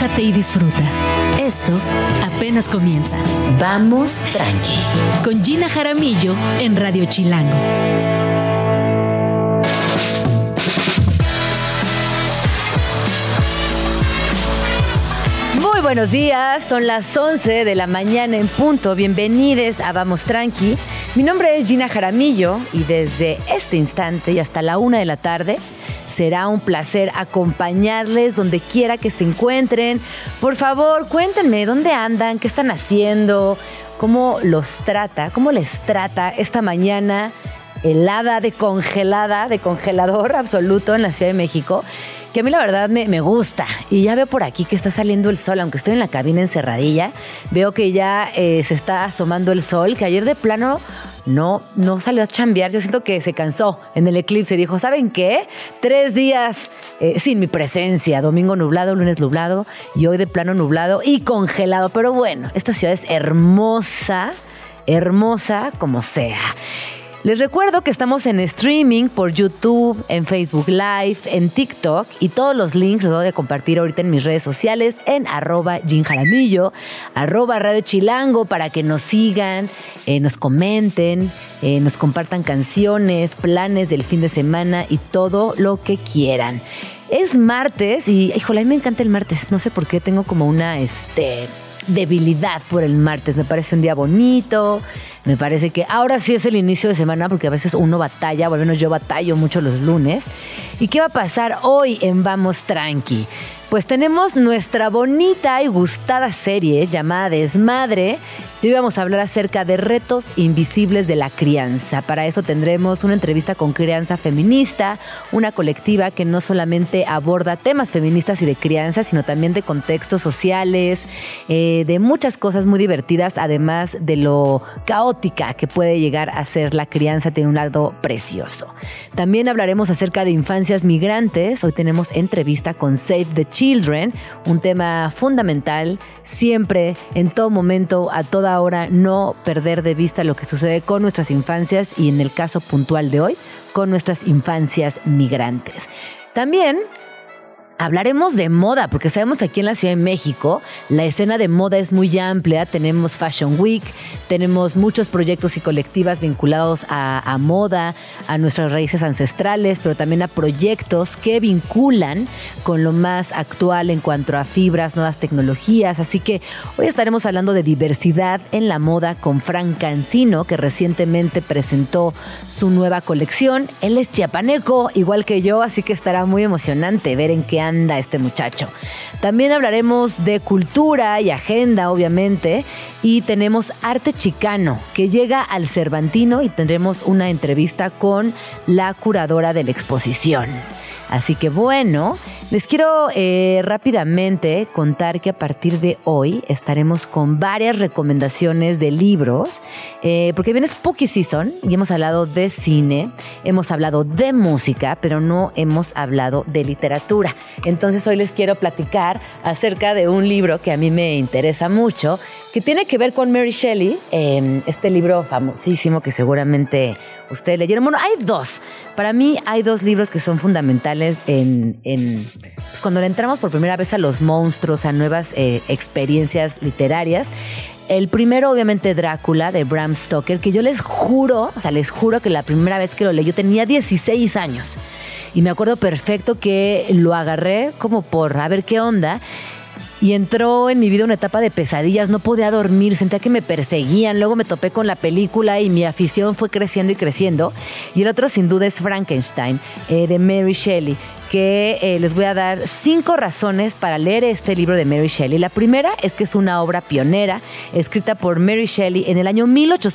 relájate y disfruta. Esto apenas comienza. Vamos tranqui. Con Gina Jaramillo en Radio Chilango. Muy buenos días, son las 11 de la mañana en punto. Bienvenidos a Vamos Tranqui. Mi nombre es Gina Jaramillo y desde este instante y hasta la 1 de la tarde será un placer acompañarles donde quiera que se encuentren. Por favor, cuéntenme dónde andan, qué están haciendo, cómo les trata esta mañana helada, de congelador absoluto en la Ciudad de México, que a mí la verdad me gusta. Y ya veo por aquí que está saliendo el sol, aunque estoy en la cabina encerradilla, veo que ya se está asomando el sol, que ayer de plano no salió a chambear. Yo siento que se cansó en el eclipse. Dijo, ¿saben qué? 3 días sin mi presencia. Domingo nublado, lunes nublado y hoy de plano nublado y congelado. Pero bueno, esta ciudad es hermosa como sea. Les recuerdo que estamos en streaming por YouTube, en Facebook Live, en TikTok y todos los links los voy a compartir ahorita en mis redes sociales en @GinJaramillo, @Radio Chilango para que nos sigan, nos comenten, nos compartan canciones, planes del fin de semana y todo lo que quieran. Es martes y, híjole, a mí me encanta el martes. No sé por qué tengo como una debilidad por el martes. Me parece un día bonito. Me parece que ahora sí es el inicio de semana porque a veces uno batalla, o al menos yo batallo mucho los lunes. ¿Y qué va a pasar hoy en Vamos Tranqui? Pues tenemos nuestra bonita y gustada serie llamada Desmadre. Hoy vamos a hablar acerca de retos invisibles de la crianza. Para eso tendremos una entrevista con Crianza Feminista, una colectiva que no solamente aborda temas feministas y de crianza, sino también de contextos sociales, de muchas cosas muy divertidas, además de lo caótica que puede llegar a ser la crianza. Tiene un lado precioso. También hablaremos acerca de infancias migrantes. Hoy tenemos entrevista con Save the Children, un tema fundamental, siempre, en todo momento, a toda hora, no perder de vista lo que sucede con nuestras infancias y en el caso puntual de hoy, con nuestras infancias migrantes. También hablaremos de moda, porque sabemos que aquí en la Ciudad de México la escena de moda es muy amplia. Tenemos Fashion Week, tenemos muchos proyectos y colectivas vinculados a moda, a nuestras raíces ancestrales, pero también a proyectos que vinculan con lo más actual en cuanto a fibras, nuevas tecnologías. Así que hoy estaremos hablando de diversidad en la moda con Frank Cancino, que recientemente presentó su nueva colección. Él es chiapaneco, igual que yo, así que estará muy emocionante ver en qué anda este muchacho. También hablaremos de cultura y agenda, obviamente, y tenemos arte chicano que llega al Cervantino y tendremos una entrevista con la curadora de la exposición. Así que bueno, les quiero rápidamente contar que a partir de hoy estaremos con varias recomendaciones de libros, porque viene Spooky Season y hemos hablado de cine, hemos hablado de música, pero no hemos hablado de literatura. Entonces hoy les quiero platicar acerca de un libro que a mí me interesa mucho, que tiene que ver con Mary Shelley, este libro famosísimo que seguramente ustedes leyeron. Bueno, hay dos. Para mí hay 2 libros que son fundamentales pues cuando le entramos por primera vez a los monstruos, a nuevas experiencias literarias. El primero, obviamente, Drácula, de Bram Stoker, que yo les juro que la primera vez que lo leí yo tenía 16 años. Y me acuerdo perfecto que lo agarré como por a ver qué onda. Y entró en mi vida una etapa de pesadillas, no podía dormir, sentía que me perseguían. Luego me topé con la película y mi afición fue creciendo y creciendo. Y el otro sin duda es Frankenstein, de Mary Shelley, que les voy a dar 5 razones para leer este libro de Mary Shelley. La primera es que es una obra pionera, escrita por Mary Shelley en el año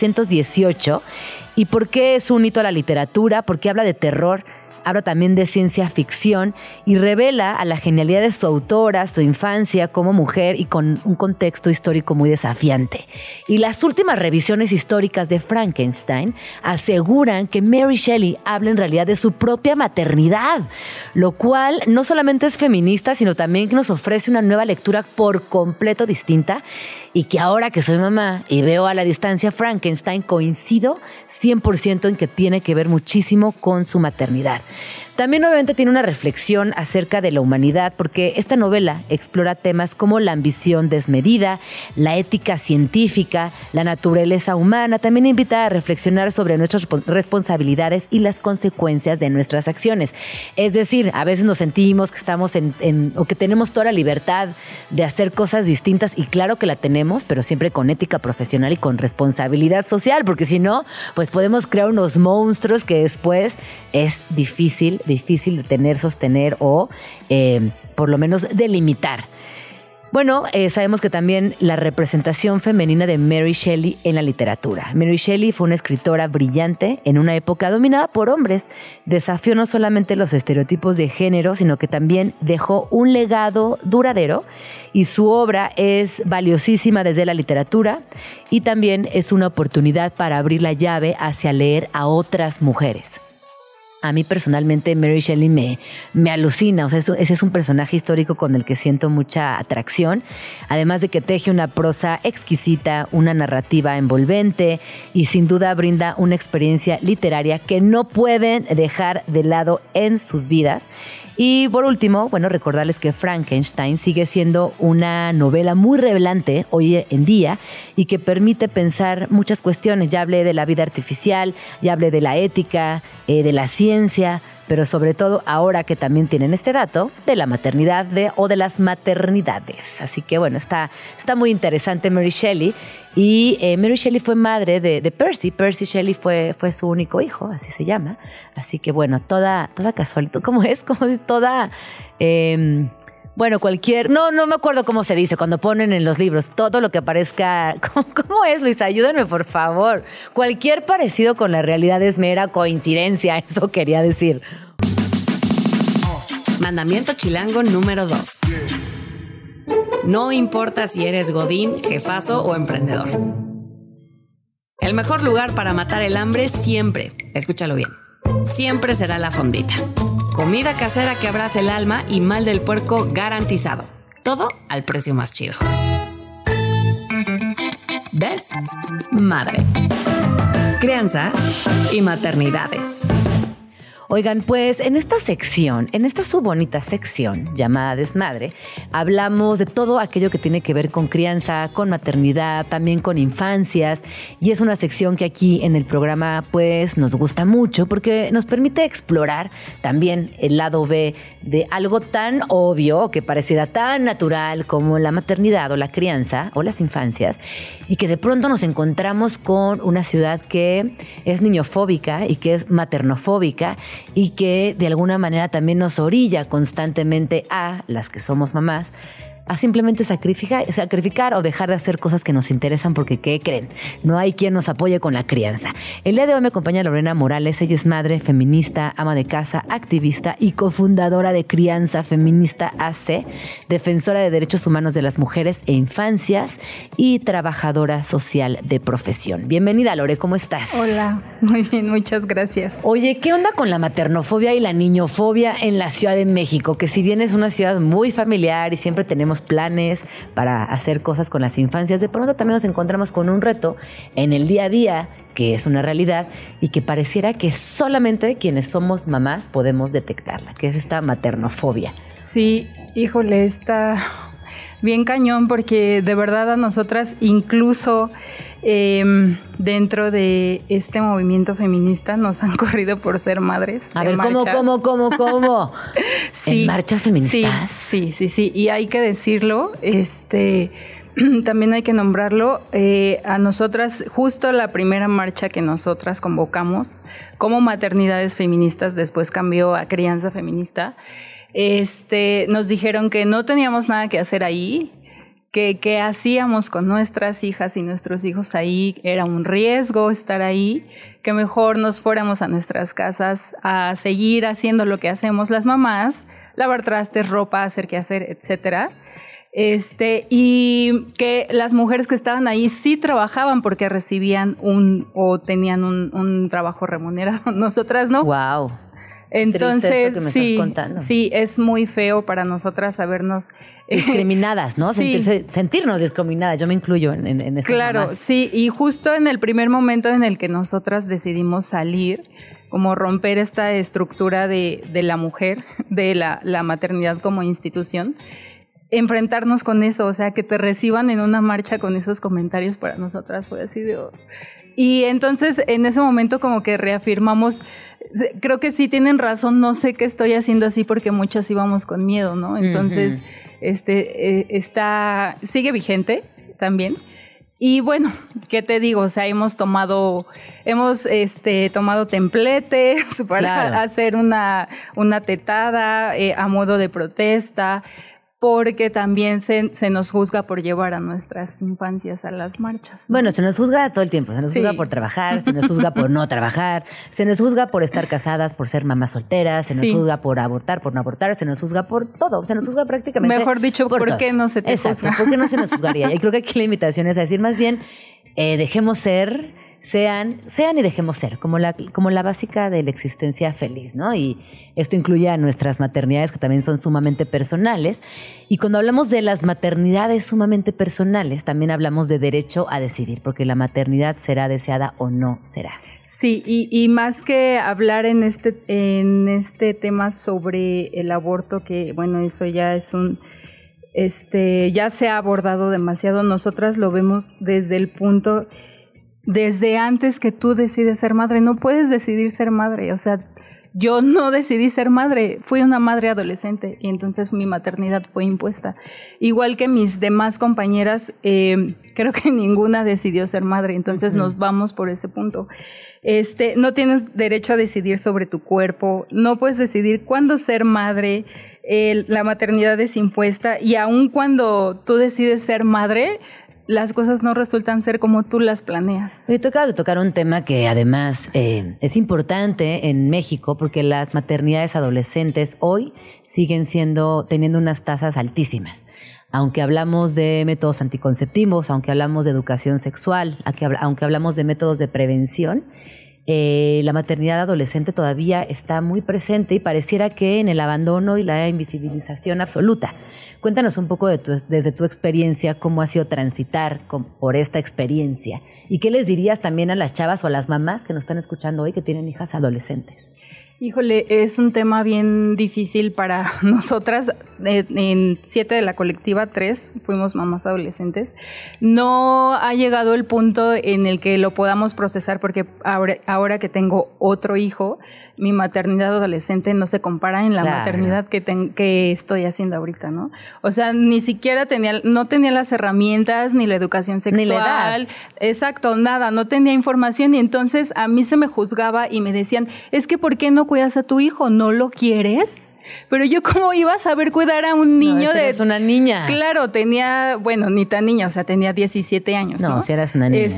1818. ¿Y por qué es un hito a la literatura? Porque habla de terror, habla también de ciencia ficción y revela a la genialidad de su autora, su infancia como mujer y con un contexto histórico muy desafiante. Y las últimas revisiones históricas de Frankenstein aseguran que Mary Shelley habla en realidad de su propia maternidad, lo cual no solamente es feminista, sino también que nos ofrece una nueva lectura por completo distinta, y que ahora que soy mamá y veo a la distancia Frankenstein, coincido 100% en que tiene que ver muchísimo con su maternidad. También obviamente tiene una reflexión acerca de la humanidad, porque esta novela explora temas como la ambición desmedida, la ética científica, la naturaleza humana. También invita a reflexionar sobre nuestras responsabilidades y las consecuencias de nuestras acciones. Es decir, a veces nos sentimos que estamos o que tenemos toda la libertad de hacer cosas distintas, y claro que la tenemos, pero siempre con ética profesional y con responsabilidad social, porque si no, pues podemos crear unos monstruos que después es difícil de tener, sostener o por lo menos delimitar. Bueno, sabemos que también la representación femenina de Mary Shelley en la literatura. Mary Shelley fue una escritora brillante en una época dominada por hombres. Desafió no solamente los estereotipos de género, sino que también dejó un legado duradero, y su obra es valiosísima desde la literatura, y también es una oportunidad para abrir la llave hacia leer a otras mujeres. A mí personalmente Mary Shelley me alucina, o sea, ese es un personaje histórico con el que siento mucha atracción, además de que teje una prosa exquisita, una narrativa envolvente, y sin duda brinda una experiencia literaria que no pueden dejar de lado en sus vidas. Y por último, bueno, recordarles que Frankenstein sigue siendo una novela muy revelante hoy en día y que permite pensar muchas cuestiones. Ya hablé de la vida artificial, ya hablé de la ética, de la ciencia, pero sobre todo ahora que también tienen este dato de la maternidad o de las maternidades. Así que bueno, está muy interesante Mary Shelley. Y Mary Shelley fue madre de Percy. Percy Shelley fue su único hijo, así se llama. Así que bueno, toda casualidad. ¿Cómo es? Como si toda... bueno, cualquier... No me acuerdo cómo se dice cuando ponen en los libros. Todo lo que parezca... ¿Cómo es, Luisa? Ayúdenme, por favor. Cualquier parecido con la realidad es mera coincidencia. Eso quería decir. Mandamiento chilango número 2. No importa si eres godín, jefazo o emprendedor. El mejor lugar para matar el hambre siempre, escúchalo bien, siempre será la fondita. Comida casera que abrace el alma y mal del puerco garantizado. Todo al precio más chido. ¿Ves? Madre. Crianza y maternidades. Oigan, pues en esta sección, en esta subbonita sección llamada Desmadre, hablamos de todo aquello que tiene que ver con crianza, con maternidad, también con infancias, y es una sección que aquí en el programa pues nos gusta mucho porque nos permite explorar también el lado B de algo tan obvio, que pareciera tan natural como la maternidad o la crianza o las infancias, y que de pronto nos encontramos con una ciudad que es niñofóbica y que es maternofóbica, y que de alguna manera también nos orilla constantemente a las que somos mamás a simplemente sacrificar o dejar de hacer cosas que nos interesan porque, ¿qué creen? No hay quien nos apoye con la crianza. El día de hoy me acompaña Lorena Morales. Ella es madre, feminista, ama de casa, activista y cofundadora de Crianza Feminista AC, defensora de derechos humanos de las mujeres e infancias y trabajadora social de profesión. Bienvenida, Lore, ¿cómo estás? Hola, muy bien, muchas gracias. Oye, ¿qué onda con la maternofobia y la niñofobia en la Ciudad de México? Que si bien es una ciudad muy familiar y siempre tenemos planes para hacer cosas con las infancias, de pronto también nos encontramos con un reto en el día a día que es una realidad y que pareciera que solamente quienes somos mamás podemos detectarla, que es esta maternofobia. Sí, híjole, está bien cañón porque de verdad a nosotras incluso dentro de este movimiento feminista nos han corrido por ser madres. A ver, ¿cómo? Sí, ¿en marchas feministas? Sí, y hay que decirlo, también hay que nombrarlo. A nosotras, justo la primera marcha que nosotras convocamos como maternidades feministas, después cambió a Crianza Feminista, nos dijeron que no teníamos nada que hacer ahí, que qué hacíamos con nuestras hijas y nuestros hijos ahí, era un riesgo estar ahí, que mejor nos fuéramos a nuestras casas a seguir haciendo lo que hacemos las mamás, lavar trastes, ropa, hacer qué hacer, etcétera. Y que las mujeres que estaban ahí sí trabajaban porque recibían o tenían un trabajo remunerado, nosotras no. Wow. Entonces, sí, es muy feo para nosotras sabernos discriminadas, ¿no? Sí. Sentirnos discriminadas. Yo me incluyo en esas Claro, mamás. sí, y justo en el primer momento en el que nosotras decidimos salir, como romper esta estructura de la mujer, de la maternidad como institución, enfrentarnos con eso, o sea, que te reciban en una marcha con esos comentarios para nosotras fue así de... Y entonces en ese momento como que reafirmamos, creo que sí tienen razón, no sé qué estoy haciendo así porque muchas íbamos con miedo, ¿no? Entonces, sigue vigente también. Y bueno, ¿qué te digo? O sea, hemos tomado templetes para hacer una tetada a modo de protesta, porque también se nos juzga por llevar a nuestras infancias a las marchas, ¿no? Bueno, se nos juzga todo el tiempo, se nos juzga por trabajar, se nos juzga por no trabajar, se nos juzga por estar casadas, por ser mamás solteras, se nos juzga por abortar, por no abortar, se nos juzga por todo, se nos juzga prácticamente. Mejor dicho, ¿por qué no se te juzga? ¿Por qué no se nos juzgaría? Y creo que aquí la invitación es a decir, más bien, dejemos ser, sean y dejemos ser, como la básica de la existencia feliz, ¿no? Y esto incluye a nuestras maternidades que también son sumamente personales. Y cuando hablamos de las maternidades sumamente personales, también hablamos de derecho a decidir, porque la maternidad será deseada o no será. Sí, y más que hablar en este tema sobre el aborto, que bueno, eso ya es ya se ha abordado demasiado, nosotras lo vemos desde antes que tú decides ser madre. No puedes decidir ser madre, o sea, yo no decidí ser madre, fui una madre adolescente y entonces mi maternidad fue impuesta. Igual que mis demás compañeras, creo que ninguna decidió ser madre, entonces nos vamos por ese punto. No tienes derecho a decidir sobre tu cuerpo, no puedes decidir cuándo ser madre, la maternidad es impuesta y aun cuando tú decides ser madre, las cosas no resultan ser como tú las planeas. Tú acabas de tocar un tema que además es importante en México porque las maternidades adolescentes hoy siguen teniendo unas tasas altísimas. Aunque hablamos de métodos anticonceptivos, aunque hablamos de educación sexual, aunque hablamos de métodos de prevención, la maternidad adolescente todavía está muy presente y pareciera que en el abandono y la invisibilización absoluta. Cuéntanos un poco desde tu experiencia, cómo ha sido transitar por esta experiencia y qué les dirías también a las chavas o a las mamás que nos están escuchando hoy que tienen hijas adolescentes. Híjole, es un tema bien difícil para nosotras. En 7 de la colectiva, 3 fuimos mamás adolescentes. No ha llegado el punto en el que lo podamos procesar porque ahora que tengo otro hijo, mi maternidad adolescente no se compara en la maternidad que estoy haciendo ahorita, ¿no? O sea, ni siquiera no tenía las herramientas, ni la educación sexual. Ni la edad. Exacto, nada, no tenía información y entonces a mí se me juzgaba y me decían, es que ¿por qué no cuidas a tu hijo? ¿No lo quieres? Pero yo cómo iba a saber cuidar a un niño eres una niña. Claro, ni tan niña, o sea, tenía 17 años, ¿no? No, si eras una niña.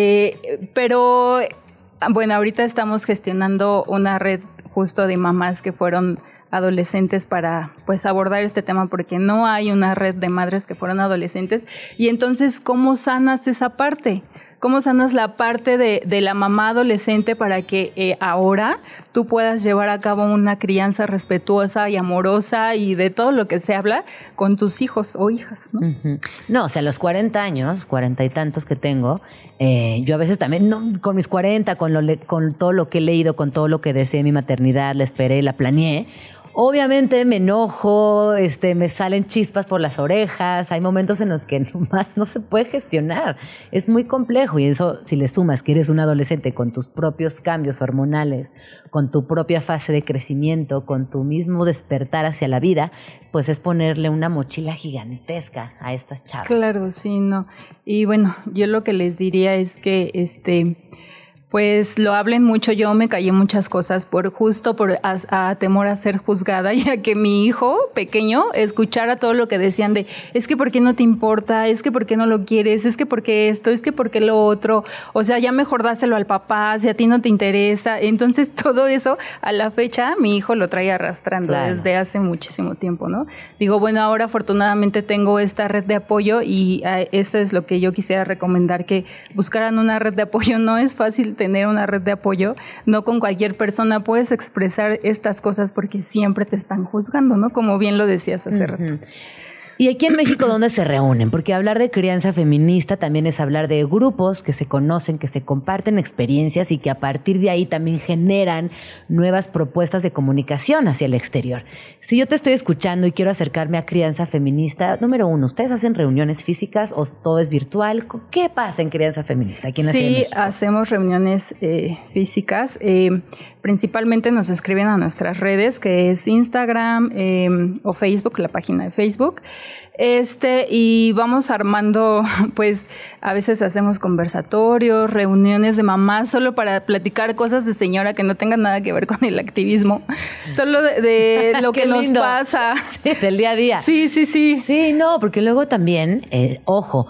Pero bueno, ahorita estamos gestionando una red justo de mamás que fueron adolescentes para pues abordar este tema porque no hay una red de madres que fueron adolescentes y entonces ¿cómo sanas esa parte? ¿Cómo sanas la parte de la mamá adolescente para que ahora tú puedas llevar a cabo una crianza respetuosa y amorosa y de todo lo que se habla con tus hijos o hijas, ¿no? Uh-huh. No, o sea, a los 40 años, 40 y tantos que tengo, yo a veces también, no, con mis 40, con todo lo que he leído, con todo lo que deseé mi maternidad, la esperé, la planeé, obviamente me enojo, me salen chispas por las orejas, hay momentos en los que nomás no se puede gestionar, es muy complejo y eso si le sumas que eres un adolescente con tus propios cambios hormonales, con tu propia fase de crecimiento, con tu mismo despertar hacia la vida, pues es ponerle una mochila gigantesca a estas chavas. Claro, sí, no. Y bueno, yo lo que les diría es que pues lo hablen mucho. Yo me callé muchas cosas por temor a ser juzgada y a que mi hijo pequeño escuchara todo lo que decían de es que ¿por qué no te importa? Es que ¿por qué no lo quieres? Es que ¿por qué esto? Es que ¿por qué lo otro? O sea, ya mejor dáselo al papá si a ti no te interesa. Entonces todo eso a la fecha mi hijo lo trae arrastrando desde hace muchísimo tiempo, ¿no? Digo, bueno, ahora afortunadamente tengo esta red de apoyo y eso es lo que yo quisiera recomendar, que buscaran una red de apoyo. No es fácil tener una red de apoyo, no con cualquier persona puedes expresar estas cosas porque siempre te están juzgando, ¿no? Como bien lo decías hace rato. ¿Y aquí en México dónde se reúnen? Porque hablar de crianza feminista también es hablar de grupos que se conocen, que se comparten experiencias y que a partir de ahí también generan nuevas propuestas de comunicación hacia el exterior. Si yo te estoy escuchando y quiero acercarme a crianza feminista, número uno, ¿ustedes hacen reuniones físicas o todo es virtual? ¿Qué pasa en crianza feminista aquí en la Ciudad de México? Sí, hacemos reuniones físicas. Principalmente nos escriben a nuestras redes, que es Instagram o Facebook, la página de Facebook. Y vamos armando, pues a veces hacemos conversatorios, reuniones de mamás solo para platicar cosas de señora que no tengan nada que ver con el activismo, solo de lo que nos pasa. Sí, del día a día. Sí. Sí, no, porque luego también, ojo,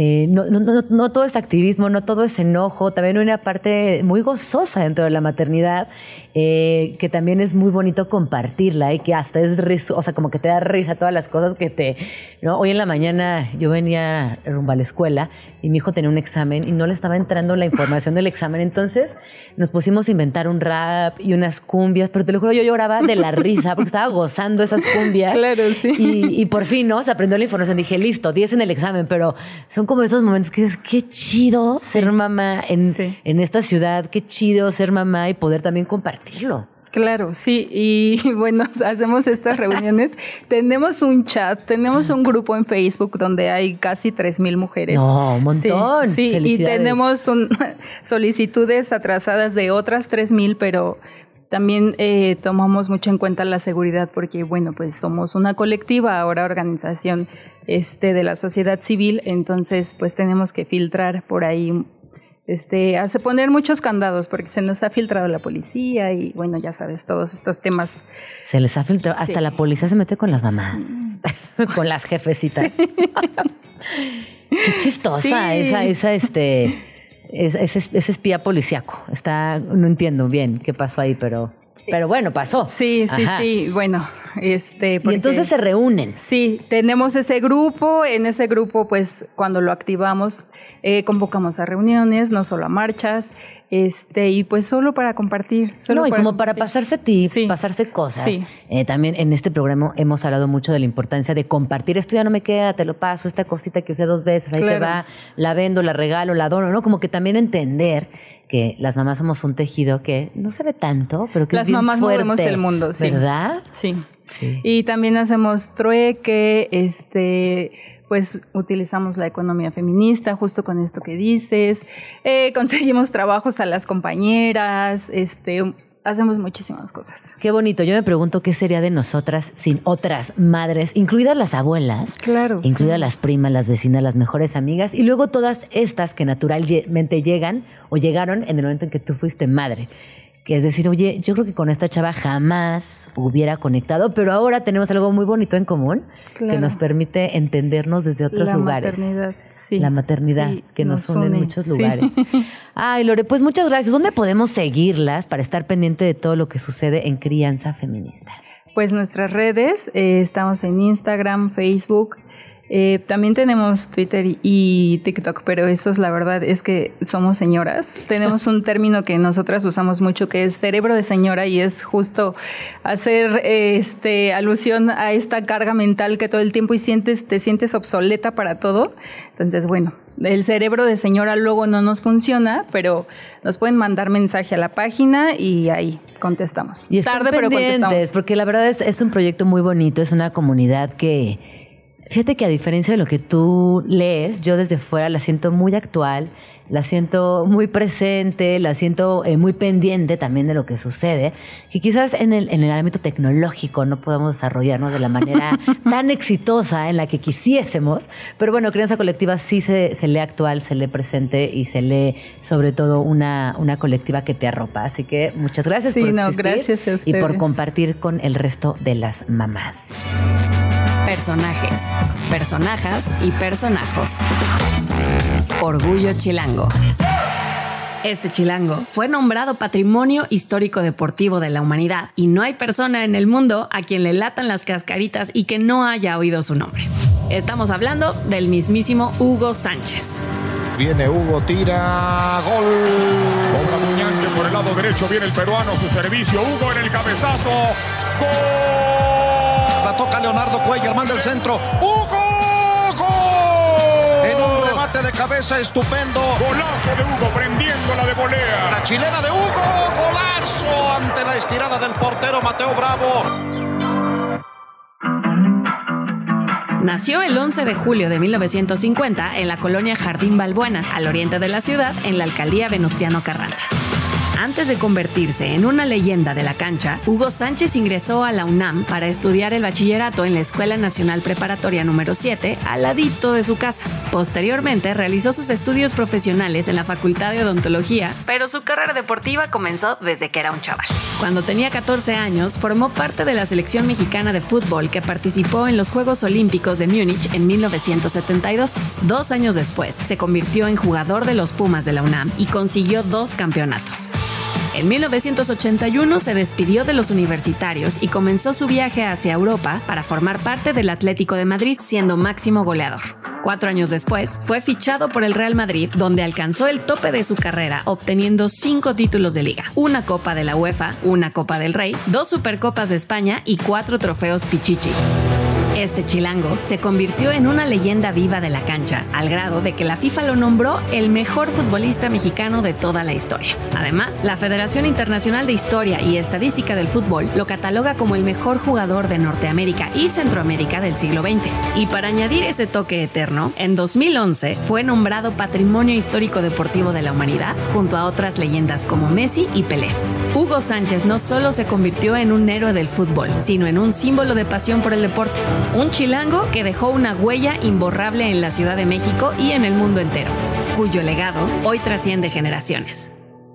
no todo es activismo, no todo es enojo, también hay una parte muy gozosa dentro de la maternidad que también es muy bonito compartirla y que hasta es risa, o sea, como que te da risa todas las cosas ¿no? Hoy en la mañana yo venía rumbo a la escuela y mi hijo tenía un examen y no le estaba entrando la información del examen, entonces nos pusimos a inventar un rap y unas cumbias, pero te lo juro, yo lloraba de la risa porque estaba gozando esas cumbias. Claro, sí. Y por fin, ¿no? Se aprendió la información, dije, listo, 10 en el examen, pero son como esos momentos que dices, qué chido ser mamá en esta ciudad, qué chido ser mamá y poder también compartirlo. Claro, sí, y bueno, hacemos estas reuniones. Tenemos un chat, tenemos un grupo en Facebook donde hay casi 3,000 mujeres. No, un montón. Sí, y tenemos solicitudes atrasadas de otras 3,000, pero también tomamos mucho en cuenta la seguridad porque, bueno, pues somos una colectiva, ahora organización de la sociedad civil, entonces pues tenemos que filtrar por ahí, hace poner muchos candados porque se nos ha filtrado la policía y, bueno, ya sabes, todos estos temas. Se les ha filtrado, hasta la policía se mete con las mamás, con las jefecitas. Sí. Qué chistosa ese espía policíaco. No entiendo bien qué pasó ahí, pero bueno, pasó. Sí, bueno, y entonces se reúnen. Sí, tenemos ese grupo. En ese grupo, pues, cuando lo activamos, convocamos a reuniones, no solo a marchas, y pues solo para compartir. Para pasarse tips, pasarse cosas. Sí. También en este programa hemos hablado mucho de la importancia de compartir. Esto ya no me queda, te lo paso, esta cosita que usé 2 veces, ahí te va, la vendo, la regalo, la dono, ¿no? Como que también entender que las mamás somos un tejido que no se ve tanto, pero que las es bien mamás fuerte, movemos el mundo, sí. ¿Verdad? Sí. Y también hacemos trueque, pues utilizamos la economía feminista, justo con esto que dices, conseguimos trabajos a las compañeras, hacemos muchísimas cosas. Qué bonito. Yo me pregunto qué sería de nosotras sin otras madres, incluidas las abuelas, claro, incluidas las primas, las vecinas, las mejores amigas, y luego todas estas que naturalmente llegan o llegaron en el momento en que tú fuiste madre. Que es decir, oye, yo creo que con esta chava jamás hubiera conectado, pero ahora tenemos algo muy bonito en común, claro, que nos permite entendernos desde otros lugares. La maternidad, que nos une en muchos lugares. Ay, Lore, pues muchas gracias. ¿Dónde podemos seguirlas para estar pendiente de todo lo que sucede en Crianza Feminista? Pues nuestras redes, estamos en Instagram, Facebook. También tenemos Twitter y TikTok, pero esos, la verdad, es que somos señoras. Tenemos un término que nosotras usamos mucho que es cerebro de señora y es justo hacer alusión a esta carga mental que todo el tiempo te sientes obsoleta para todo. Entonces, bueno, el cerebro de señora luego no nos funciona, pero nos pueden mandar mensaje a la página y ahí contestamos. Y tarde, pero contestamos. Porque la verdad es un proyecto muy bonito, es una comunidad que... Fíjate que a diferencia de lo que tú lees, yo desde fuera la siento muy actual, la siento muy presente, la siento muy pendiente también de lo que sucede, que quizás en el ámbito tecnológico no podamos desarrollarnos de la manera tan exitosa en la que quisiésemos, pero bueno, Crianza Colectiva sí se lee actual, se lee presente y se lee sobre todo una colectiva que te arropa. Así que muchas gracias por existir, gracias a ustedes, y por compartir con el resto de las mamás. Personajes, personajas y personajos. Orgullo Chilango. Este chilango fue nombrado Patrimonio Histórico Deportivo de la Humanidad y no hay persona en el mundo a quien le latan las cascaritas y que no haya oído su nombre. Estamos hablando del mismísimo Hugo Sánchez. Viene Hugo, tira, gol. Cobra Muñante por el lado derecho, viene el peruano, su servicio. Hugo en el cabezazo. ¡Gol! La toca Leonardo Cuellar, manda el centro. ¡Hugo! remate de cabeza estupendo. Golazo de Hugo prendiéndola de volea. La chilena de Hugo, golazo ante la estirada del portero Mateo Bravo. Nació el 11 de julio de 1950 en la colonia Jardín Balbuena, al oriente de la ciudad, en la alcaldía Venustiano Carranza. Antes de convertirse en una leyenda de la cancha, Hugo Sánchez ingresó a la UNAM para estudiar el bachillerato en la Escuela Nacional Preparatoria número 7, al ladito de su casa. Posteriormente realizó sus estudios profesionales en la Facultad de Odontología, pero su carrera deportiva comenzó desde que era un chaval. Cuando tenía 14 años, formó parte de la selección mexicana de fútbol que participó en los Juegos Olímpicos de Múnich en 1972. 2 años después, se convirtió en jugador de los Pumas de la UNAM y consiguió 2 campeonatos. En 1981 se despidió de los universitarios y comenzó su viaje hacia Europa para formar parte del Atlético de Madrid, siendo máximo goleador. 4 años después, fue fichado por el Real Madrid, donde alcanzó el tope de su carrera, obteniendo 5 títulos de liga, 1 Copa de la UEFA, 1 Copa del Rey, 2 Supercopas de España y 4 trofeos Pichichi. Este chilango se convirtió en una leyenda viva de la cancha, al grado de que la FIFA lo nombró el mejor futbolista mexicano de toda la historia. Además, la Federación Internacional de Historia y Estadística del Fútbol lo cataloga como el mejor jugador de Norteamérica y Centroamérica del siglo XX. Y para añadir ese toque eterno, en 2011 fue nombrado Patrimonio Histórico Deportivo de la Humanidad, junto a otras leyendas como Messi y Pelé. Hugo Sánchez no solo se convirtió en un héroe del fútbol, sino en un símbolo de pasión por el deporte. Un chilango que dejó una huella imborrable en la Ciudad de México y en el mundo entero, cuyo legado hoy trasciende generaciones.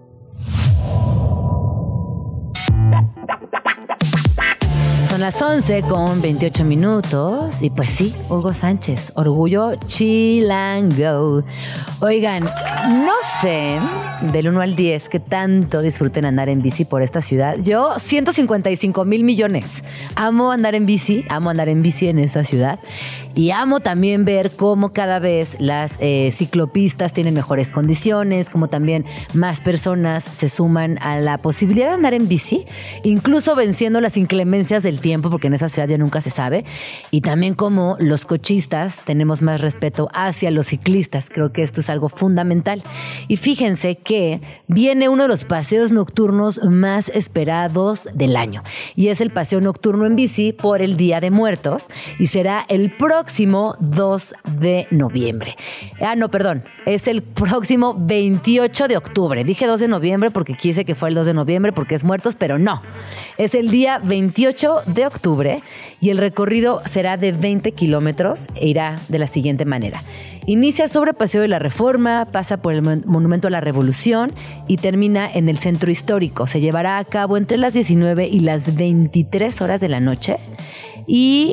Son las 11:28 y pues sí, Hugo Sánchez, orgullo chilango. Oigan, no sé del 1 al 10 qué tanto disfruten andar en bici por esta ciudad. Yo 155,000 millones. Amo andar en bici en esta ciudad y amo también ver cómo cada vez las ciclopistas tienen mejores condiciones, como también más personas se suman a la posibilidad de andar en bici, incluso venciendo las inclemencias del tiempo, porque en esa ciudad ya nunca se sabe, y también como los cochistas tenemos más respeto hacia los ciclistas. Creo que esto es algo fundamental. Y fíjense que viene uno de los paseos nocturnos más esperados del año, y es el paseo nocturno en bici por el Día de Muertos, y será el próximo 2 de noviembre. Es el próximo 28 de octubre. Dije 2 de noviembre porque quise que fuera el 2 de noviembre porque es muertos, pero no. Es el día 28 de octubre y el recorrido será de 20 kilómetros e irá de la siguiente manera. Inicia sobre Paseo de la Reforma, pasa por el Monumento a la Revolución y termina en el Centro Histórico. Se llevará a cabo entre las 19 y las 23 horas de la noche. Y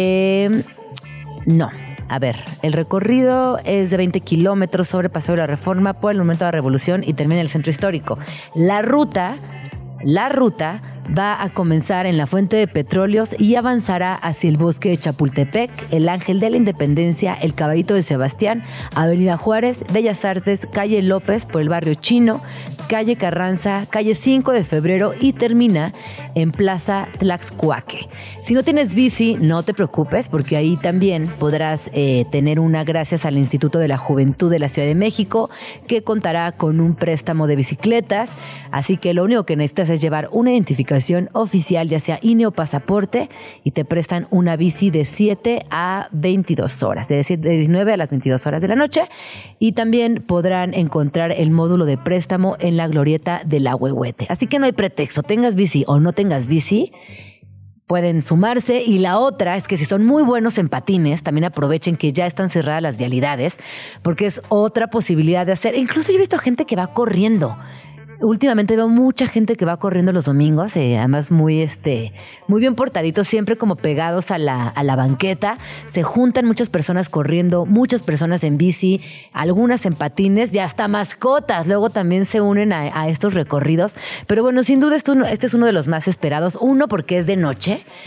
el recorrido es de 20 kilómetros sobre Paseo de la Reforma por el Monumento a la Revolución y termina en el Centro Histórico. La ruta va a comenzar en la Fuente de Petróleos y avanzará hacia el Bosque de Chapultepec, el Ángel de la Independencia, el Caballito de Sebastián, Avenida Juárez, Bellas Artes, Calle López por el Barrio Chino, Calle Carranza, Calle 5 de Febrero y termina en Plaza Tlaxcuaque. Si no tienes bici, no te preocupes porque ahí también podrás tener una gracias al Instituto de la Juventud de la Ciudad de México, que contará con un préstamo de bicicletas, así que lo único que necesitas es llevar una identificación oficial, ya sea INE o pasaporte, y te prestan una bici de 7 a 22 horas, de 19 a las 22 horas de la noche, y también podrán encontrar el módulo de préstamo en la glorieta del Ahuehuete. Así que no hay pretexto, tengas bici o no tengas bici, pueden sumarse. Y la otra es que si son muy buenos en patines, también aprovechen que ya están cerradas las vialidades, porque es otra posibilidad de hacer. Incluso yo he visto gente que va corriendo. Últimamente veo mucha gente que va corriendo los domingos, además muy bien portaditos, siempre como pegados a la banqueta. Se juntan muchas personas corriendo, muchas personas en bici, algunas en patines y hasta mascotas. Luego también se unen a estos recorridos. Pero bueno, sin duda este es uno de los más esperados. Uno, porque es de noche.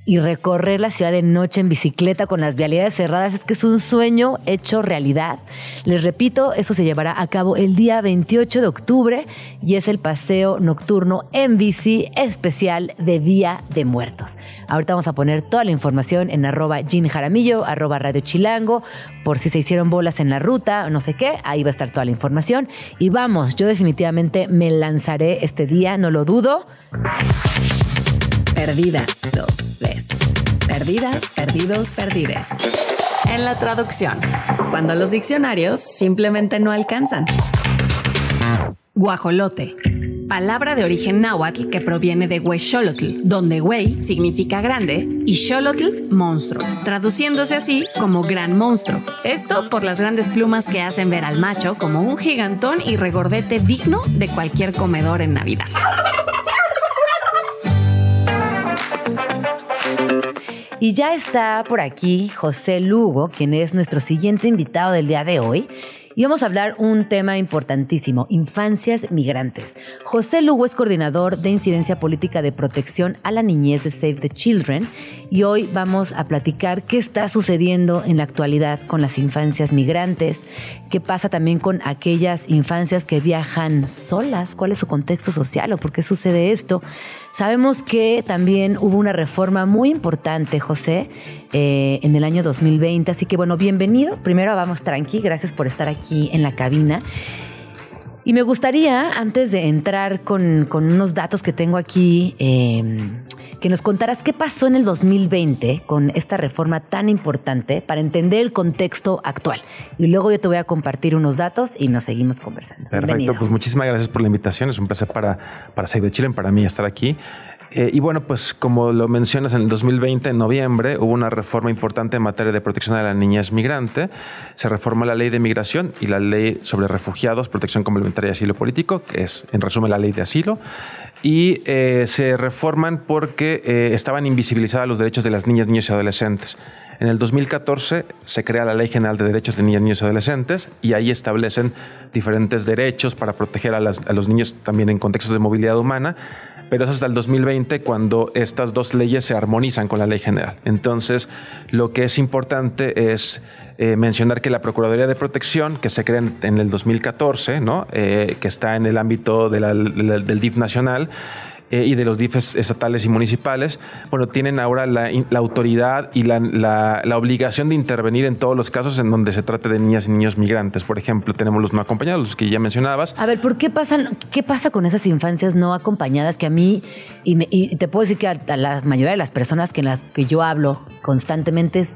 y recorrer la ciudad de noche en bicicleta con las vialidades cerradas. Es que es un sueño hecho realidad. Les repito, eso se llevará a cabo el día 28 de octubre y es el paseo nocturno en bici especial de Día de Muertos. Ahorita vamos a poner toda la información en @GinJaramillo, @Radio Chilango, por si se hicieron bolas en la ruta o no sé qué, ahí va a estar toda la información. Y vamos, yo definitivamente me lanzaré este día, no lo dudo. Perdidas, 2 veces. Perdidas, perdidos, perdides. En la traducción, cuando los diccionarios simplemente no alcanzan. Guajolote. Palabra de origen náhuatl que proviene de huexolotl, donde güey significa grande y xolotl, monstruo, traduciéndose así como gran monstruo. Esto por las grandes plumas que hacen ver al macho como un gigantón y regordete digno de cualquier comedor en Navidad. Y ya está por aquí José Lugo, quien es nuestro siguiente invitado del día de hoy. Y vamos a hablar un tema importantísimo, infancias migrantes. José Lugo es coordinador de incidencia política de protección a la niñez de Save the Children y hoy vamos a platicar qué está sucediendo en la actualidad con las infancias migrantes, qué pasa también con aquellas infancias que viajan solas, cuál es su contexto social o por qué sucede esto. Sabemos que también hubo una reforma muy importante, José, en el año 2020. Así que, bueno, bienvenido. Primero Vamos Tranqui. Gracias por estar aquí en la cabina. Y me gustaría, antes de entrar con unos datos que tengo aquí, que nos contaras qué pasó en el 2020 con esta reforma tan importante para entender el contexto actual. Y luego yo te voy a compartir unos datos y nos seguimos conversando. Perfecto, Bienvenido. pues muchísimas gracias por la invitación. Es un placer para Save the Children, para mí estar aquí. Y bueno, pues como lo mencionas, en el 2020, en noviembre, hubo una reforma importante en materia de protección a la niñez migrante. Se reformó la ley de migración y la ley sobre refugiados, protección complementaria y asilo político, que es, en resumen, la ley de asilo. Y se reforman porque estaban invisibilizados los derechos de las niñas, niños y adolescentes. En el 2014 se crea la Ley General de Derechos de Niñas, Niños y Adolescentes y ahí establecen diferentes derechos para proteger a los niños también en contextos de movilidad humana. Pero es hasta el 2020 cuando estas dos leyes se armonizan con la ley general. Entonces, lo que es importante es mencionar que la Procuraduría de Protección, que se crea en el 2014, ¿no? Que está en el ámbito del DIF nacional, y de los DIFs estatales y municipales, bueno, tienen ahora la autoridad y la obligación de intervenir en todos los casos en donde se trate de niñas y niños migrantes. Por ejemplo, tenemos los no acompañados, los que ya mencionabas. A ver, qué pasa con esas infancias no acompañadas que a mí, y te puedo decir que a la mayoría de las personas que las que yo hablo constantemente es,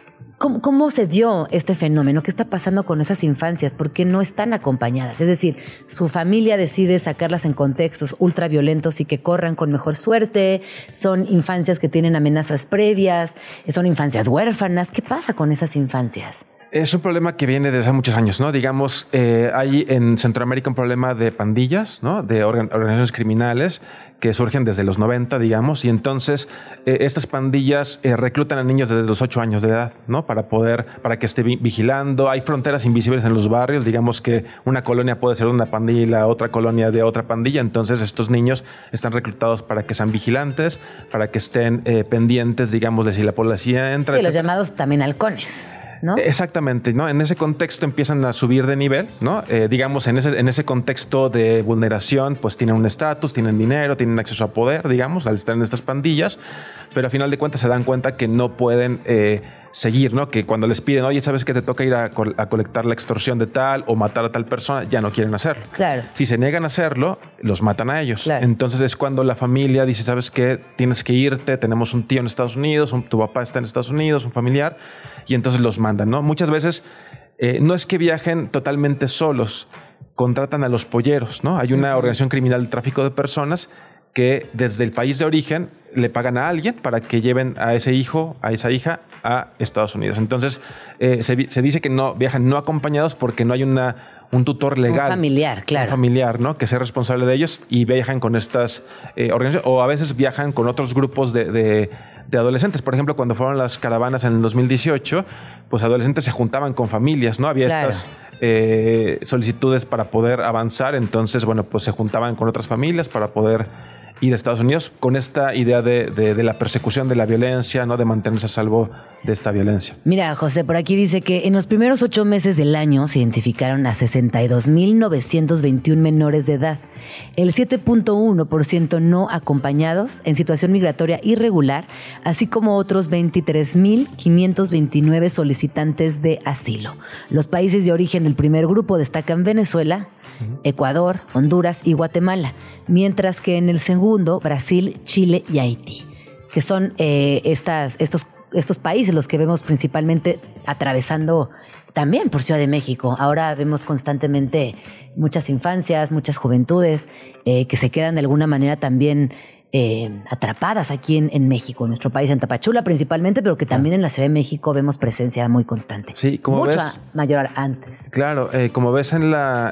¿cómo se dio este fenómeno? ¿Qué está pasando con esas infancias? ¿Por qué no están acompañadas? Es decir, su familia decide sacarlas en contextos ultraviolentos y que corran con mejor suerte. Son infancias que tienen amenazas previas. Son infancias huérfanas. ¿Qué pasa con esas infancias? Es un problema que viene desde hace muchos años, ¿no? Digamos, hay en Centroamérica un problema de pandillas, ¿no? De organizaciones criminales que surgen desde los 90, digamos, y entonces estas pandillas reclutan a niños desde los 8 años de edad, ¿no? Para que esté vigilando. Hay fronteras invisibles en los barrios, digamos que una colonia puede ser una pandilla y la otra colonia de otra pandilla, entonces estos niños están reclutados para que sean vigilantes, para que estén pendientes, digamos, de si la policía entra. Sí, los llamados también halcones, ¿no? Exactamente, ¿no? En ese contexto empiezan a subir de nivel, ¿no? Digamos, en ese contexto de vulneración, pues tienen un estatus, tienen dinero, tienen acceso a poder, digamos, al estar en estas pandillas, pero a final de cuentas se dan cuenta que no pueden seguir, ¿no? Que cuando les piden, oye, ¿sabes que te toca ir a colectar la extorsión de tal o matar a tal persona? Ya no quieren hacerlo. Claro. Si se niegan a hacerlo, los matan a ellos. Claro. Entonces es cuando la familia dice, ¿sabes qué? Tienes que irte, tenemos un tío en Estados Unidos, tu papá está en Estados Unidos, un familiar, y entonces los mandan, ¿no? Muchas veces no es que viajen totalmente solos, contratan a los polleros, ¿no? Hay una organización criminal de tráfico de personas que desde el país de origen le pagan a alguien para que lleven a ese hijo, a esa hija a Estados Unidos. Entonces se dice que no viajan no acompañados porque no hay un tutor legal. Un familiar, claro. Un familiar, ¿no? Que sea responsable de ellos y viajan con estas organizaciones o a veces viajan con otros grupos de adolescentes. Por ejemplo, cuando fueron las caravanas en el 2018, pues adolescentes se juntaban con familias, ¿no? Había Claro. estas solicitudes para poder avanzar. Entonces, bueno, pues se juntaban con otras familias para poder y de Estados Unidos, con esta idea de la persecución de la violencia, ¿no? De mantenerse a salvo de esta violencia. Mira, José, por aquí dice que en los primeros 8 meses del año se identificaron a 62,921 menores de edad. El 7.1% no acompañados en situación migratoria irregular, así como otros 23,529 solicitantes de asilo. Los países de origen del primer grupo destacan Venezuela, Ecuador, Honduras y Guatemala, mientras que en el segundo, Brasil, Chile y Haití, que son estos países los que vemos principalmente atravesando también por Ciudad de México. Ahora vemos constantemente muchas infancias, muchas juventudes que se quedan de alguna manera también atrapadas aquí en México, en nuestro país, en Tapachula principalmente, pero que también en la Ciudad de México vemos presencia muy constante. Sí, como mucho ves, mayor antes. Claro, como ves en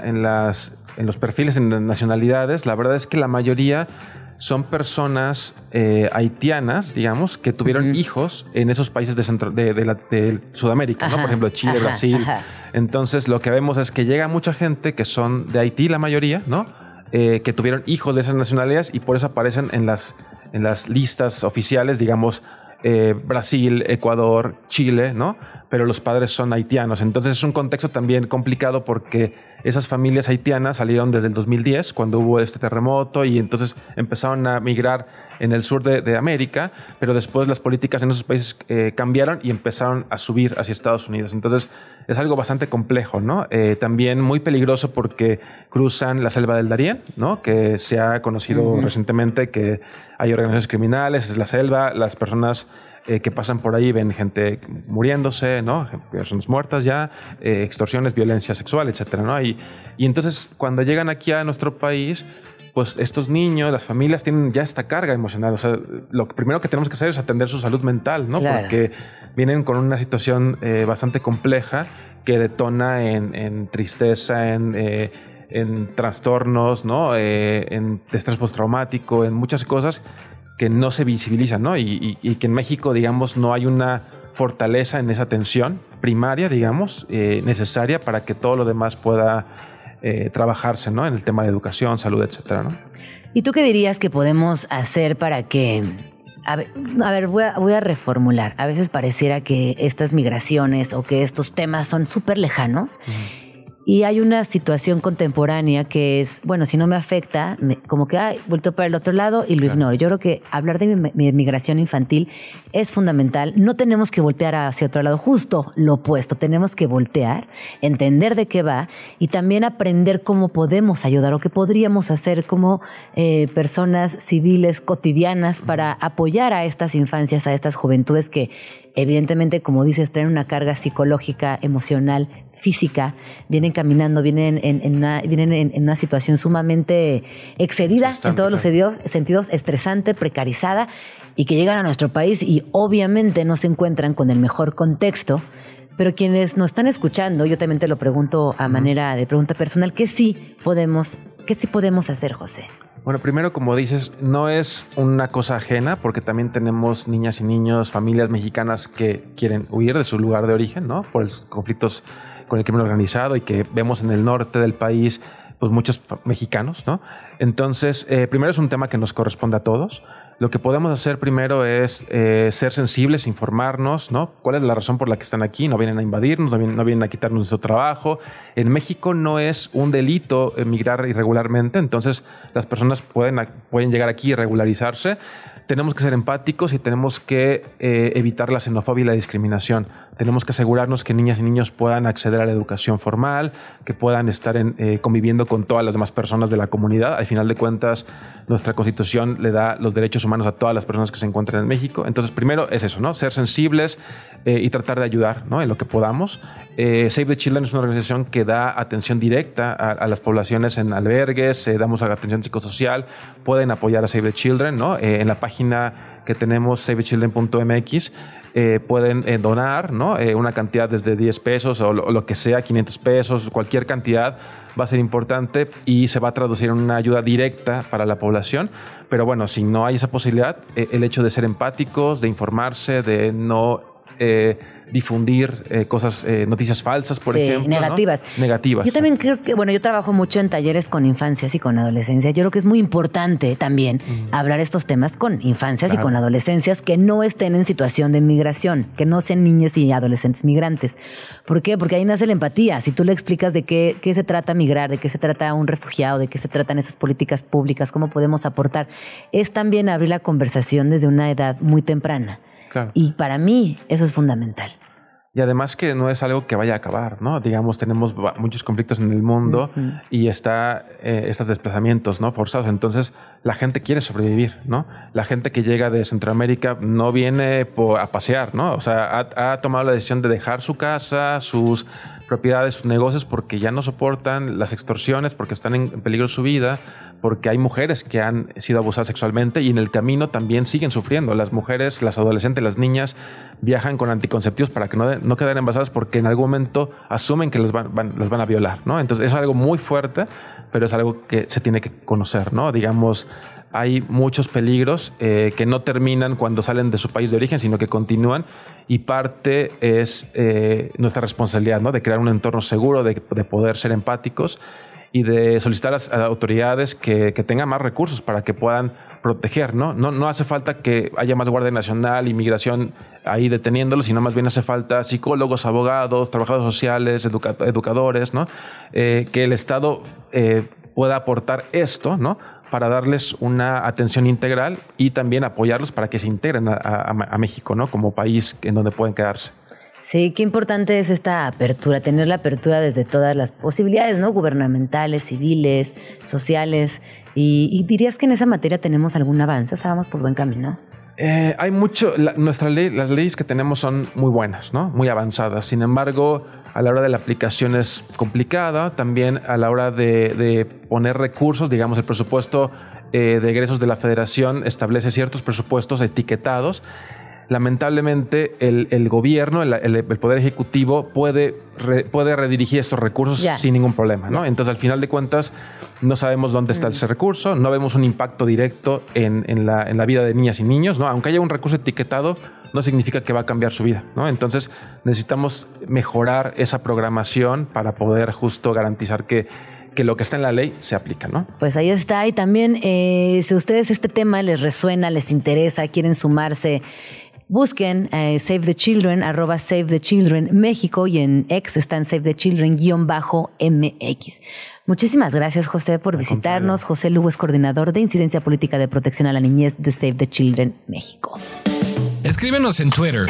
los perfiles, en las nacionalidades, la verdad es que la mayoría son personas haitianas, digamos, que tuvieron hijos en esos países de Sudamérica, ¿no? Por ejemplo, Chile, Brasil. Entonces, lo que vemos es que llega mucha gente que son de Haití, la mayoría, ¿no? Que tuvieron hijos de esas nacionalidades y por eso aparecen en las listas oficiales, digamos, Brasil, Ecuador, Chile, ¿no? Pero los padres son haitianos. Entonces es un contexto también complicado porque esas familias haitianas salieron desde el 2010, cuando hubo este terremoto, y entonces empezaron a migrar en el sur de América, pero después las políticas en esos países cambiaron y empezaron a subir hacia Estados Unidos. Entonces es algo bastante complejo, ¿no? También muy peligroso porque cruzan la selva del Darién, ¿no? Que se ha conocido recientemente que hay organizaciones criminales, es la selva, las personas que pasan por ahí ven gente muriéndose, ¿no? Personas muertas ya, extorsiones, violencia sexual, etcétera, ¿no? Y entonces cuando llegan aquí a nuestro país, pues estos niños, las familias tienen ya esta carga emocional. O sea, lo primero que tenemos que hacer es atender su salud mental, ¿no? Claro. Porque vienen con una situación bastante compleja que detona en tristeza, en trastornos, ¿no? En estrés postraumático, en muchas cosas que no se visibilizan, ¿no? Y que en México, digamos, no hay una fortaleza en esa atención primaria, digamos, necesaria para que todo lo demás pueda trabajarse, ¿no? En el tema de educación, salud, etcétera, ¿no? ¿Y tú qué dirías que podemos hacer para que... A ver, voy a reformular. A veces pareciera que estas migraciones o que estos temas son súper lejanos. Y hay una situación contemporánea que es, bueno, si no me afecta, como que vuelto para el otro lado y lo ignoro. Yo creo que hablar de migración infantil es fundamental. No tenemos que voltear hacia otro lado, justo lo opuesto. Tenemos que voltear, entender de qué va y también aprender cómo podemos ayudar o qué podríamos hacer como personas civiles cotidianas para apoyar a estas infancias, a estas juventudes que evidentemente, como dices, traen una carga psicológica, emocional, física, vienen caminando, vienen en una situación sumamente excedida en todos los sentidos, estresante, precarizada, y que llegan a nuestro país y obviamente no se encuentran con el mejor contexto. Pero quienes nos están escuchando, yo también te lo pregunto a manera de pregunta personal, ¿qué sí podemos hacer, José? Bueno, primero, como dices, no es una cosa ajena, porque también tenemos niñas y niños, familias mexicanas que quieren huir de su lugar de origen, ¿no? Por los conflictos con el crimen organizado y que vemos en el norte del país, pues muchos mexicanos, ¿no? Entonces, primero es un tema que nos corresponde a todos. Lo que podemos hacer primero es ser sensibles, informarnos, ¿no? ¿Cuál es la razón por la que están aquí? No vienen a invadirnos, no vienen a quitarnos nuestro trabajo. En México no es un delito emigrar irregularmente, entonces las personas pueden llegar aquí y regularizarse. Tenemos que ser empáticos y tenemos que evitar la xenofobia y la discriminación. Tenemos que asegurarnos que niñas y niños puedan acceder a la educación formal, que puedan estar conviviendo con todas las demás personas de la comunidad. Al final de cuentas, nuestra Constitución le da los derechos humanos a todas las personas que se encuentran en México. Entonces, primero es eso, ¿no? Ser sensibles y tratar de ayudar, ¿no? En lo que podamos. Save the Children es una organización que da atención directa a las poblaciones en albergues, damos atención psicosocial, pueden apoyar a Save the Children, ¿no? En la página que tenemos, savethechildren.mx, pueden donar, ¿no? Una cantidad desde 10 pesos o lo que sea, 500 pesos, cualquier cantidad va a ser importante y se va a traducir en una ayuda directa para la población. Pero bueno, si no hay esa posibilidad, el hecho de ser empáticos, de informarse, de no difundir cosas, noticias falsas, por ejemplo. Negativas. ¿No? Negativas. Yo también creo que, yo trabajo mucho en talleres con infancias y con adolescencias. Yo creo que es muy importante también hablar estos temas con infancias y con adolescencias que no estén en situación de migración, que no sean niñas y adolescentes migrantes. ¿Por qué? Porque ahí nace la empatía. Si tú le explicas de qué se trata migrar, de qué se trata un refugiado, de qué se tratan esas políticas públicas, cómo podemos aportar, es también abrir la conversación desde una edad muy temprana. Claro. Y para mí eso es fundamental. Y además que no es algo que vaya a acabar, ¿no? Digamos, tenemos muchos conflictos en el mundo y estos desplazamientos, ¿no? Forzados. Entonces, la gente quiere sobrevivir, ¿no? La gente que llega de Centroamérica no viene a pasear, ¿no? O sea, ha tomado la decisión de dejar su casa, sus propiedades, sus negocios, porque ya no soportan las extorsiones, porque están en peligro su vida, porque hay mujeres que han sido abusadas sexualmente y en el camino también siguen sufriendo. Las mujeres, las adolescentes, las niñas viajan con anticonceptivos para que no queden embarazadas porque en algún momento asumen que las van a violar, ¿no? Entonces es algo muy fuerte, pero es algo que se tiene que conocer, ¿no? Digamos, hay muchos peligros que no terminan cuando salen de su país de origen, sino que continúan. Y parte es nuestra responsabilidad, ¿no? De crear un entorno seguro, de poder ser empáticos y de solicitar a las autoridades que tengan más recursos para que puedan proteger, ¿no? No hace falta que haya más Guardia Nacional, inmigración ahí deteniéndolos, sino más bien hace falta psicólogos, abogados, trabajadores sociales, educadores, ¿no? Que el Estado pueda aportar esto, ¿no? Para darles una atención integral y también apoyarlos para que se integren a México, ¿no? Como país en donde pueden quedarse. Sí, qué importante es esta apertura, tener la apertura desde todas las posibilidades, ¿no? Gubernamentales, civiles, sociales. Y dirías que en esa materia tenemos algún avance, vamos por buen camino. Hay mucho, las leyes que tenemos son muy buenas, ¿no? Muy avanzadas. Sin embargo, a la hora de la aplicación es complicada. También a la hora de poner recursos, digamos, el presupuesto de egresos de la Federación establece ciertos presupuestos etiquetados. Lamentablemente, el gobierno, el Poder Ejecutivo puede redirigir estos recursos sin ningún problema, ¿no? Entonces, al final de cuentas, no sabemos dónde está ese recurso, no vemos un impacto directo en la vida de niñas y niños, ¿no? Aunque haya un recurso etiquetado, no significa que va a cambiar su vida, ¿no? Entonces, necesitamos mejorar esa programación para poder justo garantizar que lo que está en la ley se aplica, ¿no? Pues ahí está. Y también, si a ustedes este tema les resuena, les interesa, quieren sumarse, busquen Save the Children, @SaveTheChildren México, y en X están Save the Children_MX. Muchísimas gracias, José, por visitarnos. José Lugo es coordinador de Incidencia Política de Protección a la Niñez de Save the Children México. Escríbenos en Twitter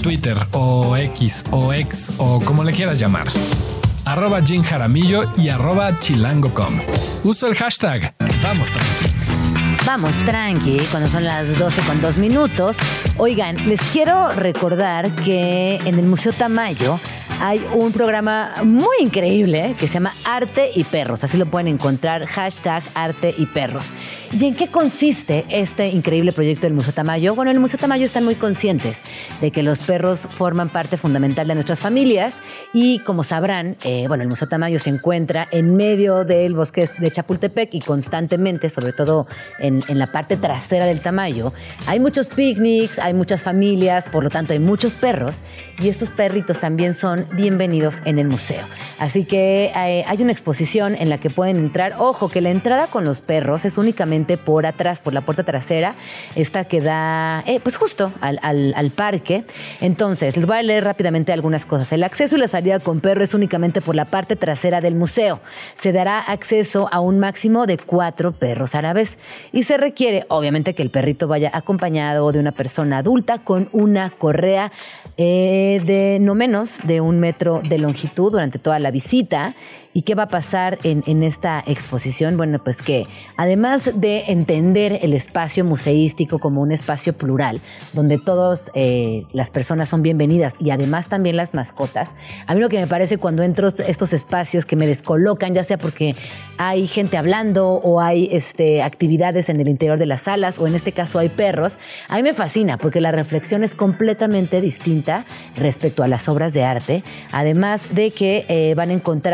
o X o como le quieras llamar. @JinJaramillo y @chilango.com. Uso el hashtag Vamos Tranqui. Vamos tranqui, cuando son las 12:02. Oigan, les quiero recordar que en el Museo Tamayo hay un programa muy increíble que se llama Arte y Perros. Así lo pueden encontrar, hashtag Arte y Perros. ¿Y en qué consiste este increíble proyecto del Museo Tamayo? Bueno, en el Museo Tamayo están muy conscientes de que los perros forman parte fundamental de nuestras familias y, como sabrán, el Museo Tamayo se encuentra en medio del bosque de Chapultepec y constantemente, sobre todo en la parte trasera del Tamayo, hay muchos picnics, hay muchas familias, por lo tanto hay muchos perros y estos perritos también son bienvenidos en el museo. Así que hay una exposición en la que pueden entrar. Ojo, que la entrada con los perros es únicamente por atrás, por la puerta trasera, esta que da pues justo al parque. Entonces, les voy a leer rápidamente algunas cosas. El acceso y la salida con perro es únicamente por la parte trasera del museo. Se dará acceso a un máximo de 4 perros a la vez y se requiere, obviamente, que el perrito vaya acompañado de una persona adulta con una correa de no menos de 1 metro de longitud durante toda la visita. ¿Y qué va a pasar en esta exposición? Bueno, pues que además de entender el espacio museístico como un espacio plural, donde todas las personas son bienvenidas y además también las mascotas, a mí lo que me parece cuando entro a estos espacios que me descolocan, ya sea porque hay gente hablando o hay actividades en el interior de las salas o en este caso hay perros, a mí me fascina porque la reflexión es completamente distinta respecto a las obras de arte, además de que van a encontrar obras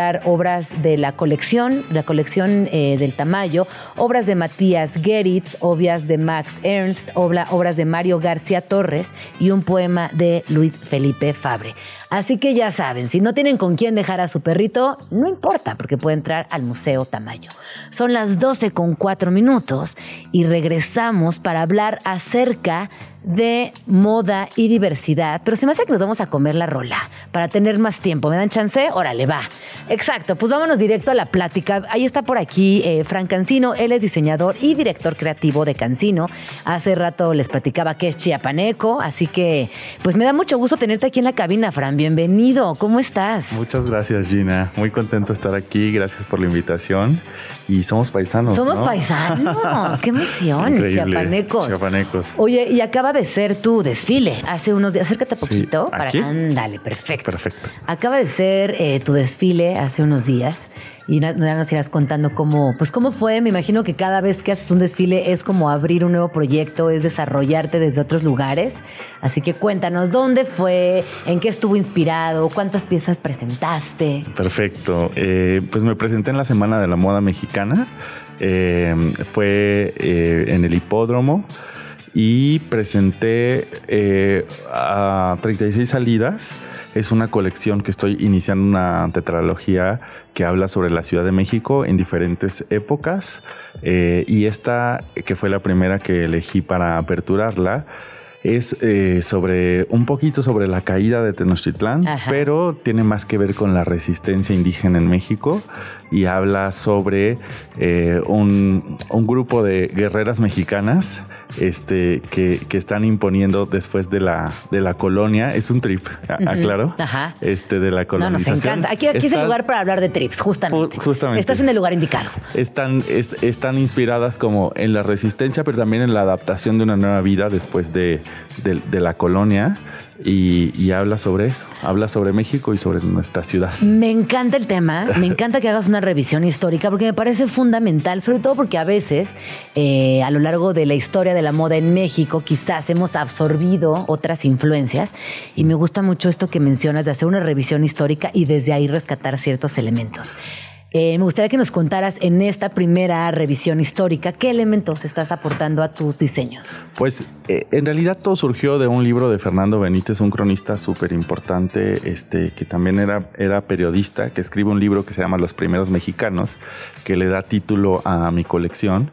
obras de la colección del Tamayo, obras de Matías Geritz, obras de Max Ernst, obras de Mario García Torres y un poema de Luis Felipe Fabre. Así que ya saben, si no tienen con quién dejar a su perrito, no importa, porque puede entrar al Museo Tamayo. Son las 12:04 y regresamos para hablar acerca de moda y diversidad, pero se me hace que nos vamos a comer la rola para tener más tiempo. ¿Me dan chance? Órale, va. Exacto, pues vámonos directo a la plática. Ahí está por aquí Fran Cancino, él es diseñador y director creativo de Cancino. Hace rato les platicaba que es chiapaneco, así que pues me da mucho gusto tenerte aquí en la cabina, Fran. Bienvenido, ¿cómo estás? Muchas gracias, Gina. Muy contento de estar aquí, gracias por la invitación. Y somos paisanos, Somos ¿no? paisanos, qué emoción, Increíble. Chiapanecos. Oye, y acaba de ser tu desfile hace unos días. Acércate poquito. Sí, ¿aquí? Ándale, perfecto. Perfecto. Acaba de ser tu desfile hace unos días y ya nos irás contando cómo fue. Me imagino que cada vez que haces un desfile es como abrir un nuevo proyecto, es desarrollarte desde otros lugares. Así que cuéntanos, ¿dónde fue? ¿En qué estuvo inspirado? ¿Cuántas piezas presentaste? Perfecto. Pues me presenté en la Semana de la Moda Mexicana. Fue en el Hipódromo y presenté a 36 salidas. Es una colección que estoy iniciando, una tetralogía que habla sobre la Ciudad de México en diferentes épocas. Y esta, que fue la primera que elegí para aperturarla, es un poquito sobre la caída de Tenochtitlán, Ajá. pero tiene más que ver con la resistencia indígena en México y habla sobre un grupo de guerreras mexicanas que están imponiendo después de la colonia. Es un trip, aclaro, Ajá. De la colonización. No, nos encanta. Aquí es el lugar para hablar de trips, justamente. Estás en el lugar indicado. Están inspiradas como en la resistencia, pero también en la adaptación de una nueva vida después de la colonia y habla sobre eso, habla sobre México y sobre nuestra ciudad. Me encanta el tema, me encanta que hagas una revisión histórica porque me parece fundamental, sobre todo porque a veces a lo largo de la historia de la moda en México quizás hemos absorbido otras influencias y me gusta mucho esto que mencionas de hacer una revisión histórica y desde ahí rescatar ciertos elementos. Me gustaría que nos contaras en esta primera revisión histórica qué elementos estás aportando a tus diseños. Pues en realidad todo surgió de un libro de Fernando Benítez, un cronista súper importante, que también era periodista, que escribe un libro que se llama Los Primeros Mexicanos, que le da título a mi colección,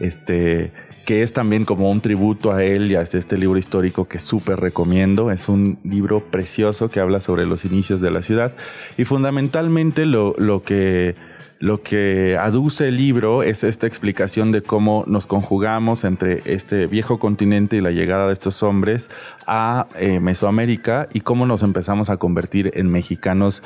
que es también como un tributo a él y a este libro histórico que súper recomiendo. Es un libro precioso que habla sobre los inicios de la ciudad y fundamentalmente lo que aduce el libro es esta explicación de cómo nos conjugamos entre este viejo continente y la llegada de estos hombres a Mesoamérica y cómo nos empezamos a convertir en mexicanos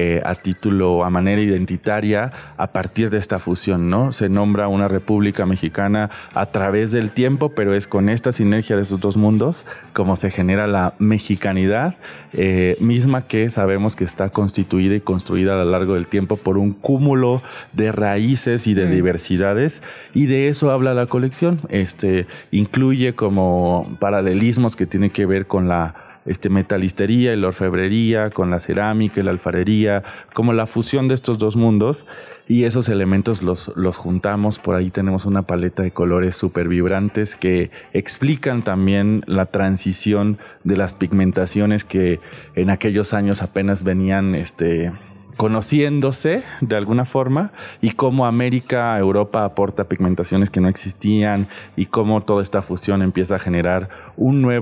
a manera identitaria a partir de esta fusión, ¿no? Se nombra una república mexicana a través del tiempo, pero es con esta sinergia de esos dos mundos como se genera la mexicanidad misma que sabemos que está constituida y construida a lo largo del tiempo por un cúmulo de raíces y de diversidades, y de eso habla la colección. Incluye como paralelismos que tienen que ver con la metalistería y la orfebrería, con la cerámica y la alfarería, como la fusión de estos dos mundos, y esos elementos los juntamos. Por ahí tenemos una paleta de colores súper vibrantes que explican también la transición de las pigmentaciones que en aquellos años apenas venían conociéndose de alguna forma, y cómo Europa aporta pigmentaciones que no existían y cómo toda esta fusión empieza a generar una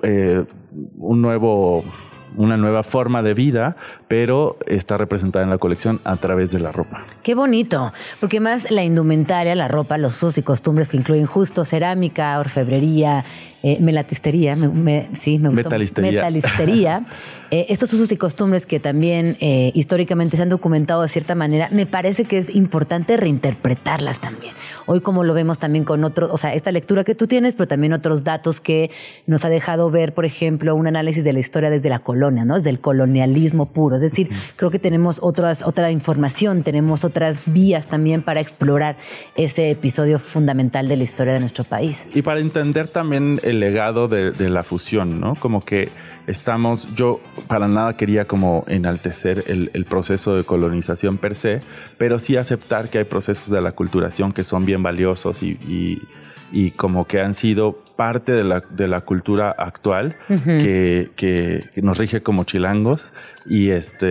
nueva forma de vida, pero está representada en la colección a través de la ropa. Qué bonito, porque más la indumentaria, la ropa, los usos y costumbres que incluyen justo cerámica, orfebrería, melatistería, me gustó. Metalistería. Estos usos y costumbres que también históricamente se han documentado de cierta manera, me parece que es importante reinterpretarlas también. Hoy como lo vemos también con otros, o sea, esta lectura que tú tienes, pero también otros datos que nos ha dejado ver, por ejemplo, un análisis de la historia desde la colonia, ¿no? Desde el colonialismo puro. Es decir, creo que tenemos otra información, tenemos otras vías también para explorar ese episodio fundamental de la historia de nuestro país. Y para entender también el legado de la fusión, ¿no? Como que yo para nada quería como enaltecer el proceso de colonización per se, pero sí aceptar que hay procesos de la aculturación que son bien valiosos y como que han sido parte de la cultura actual que nos rige como chilangos. Y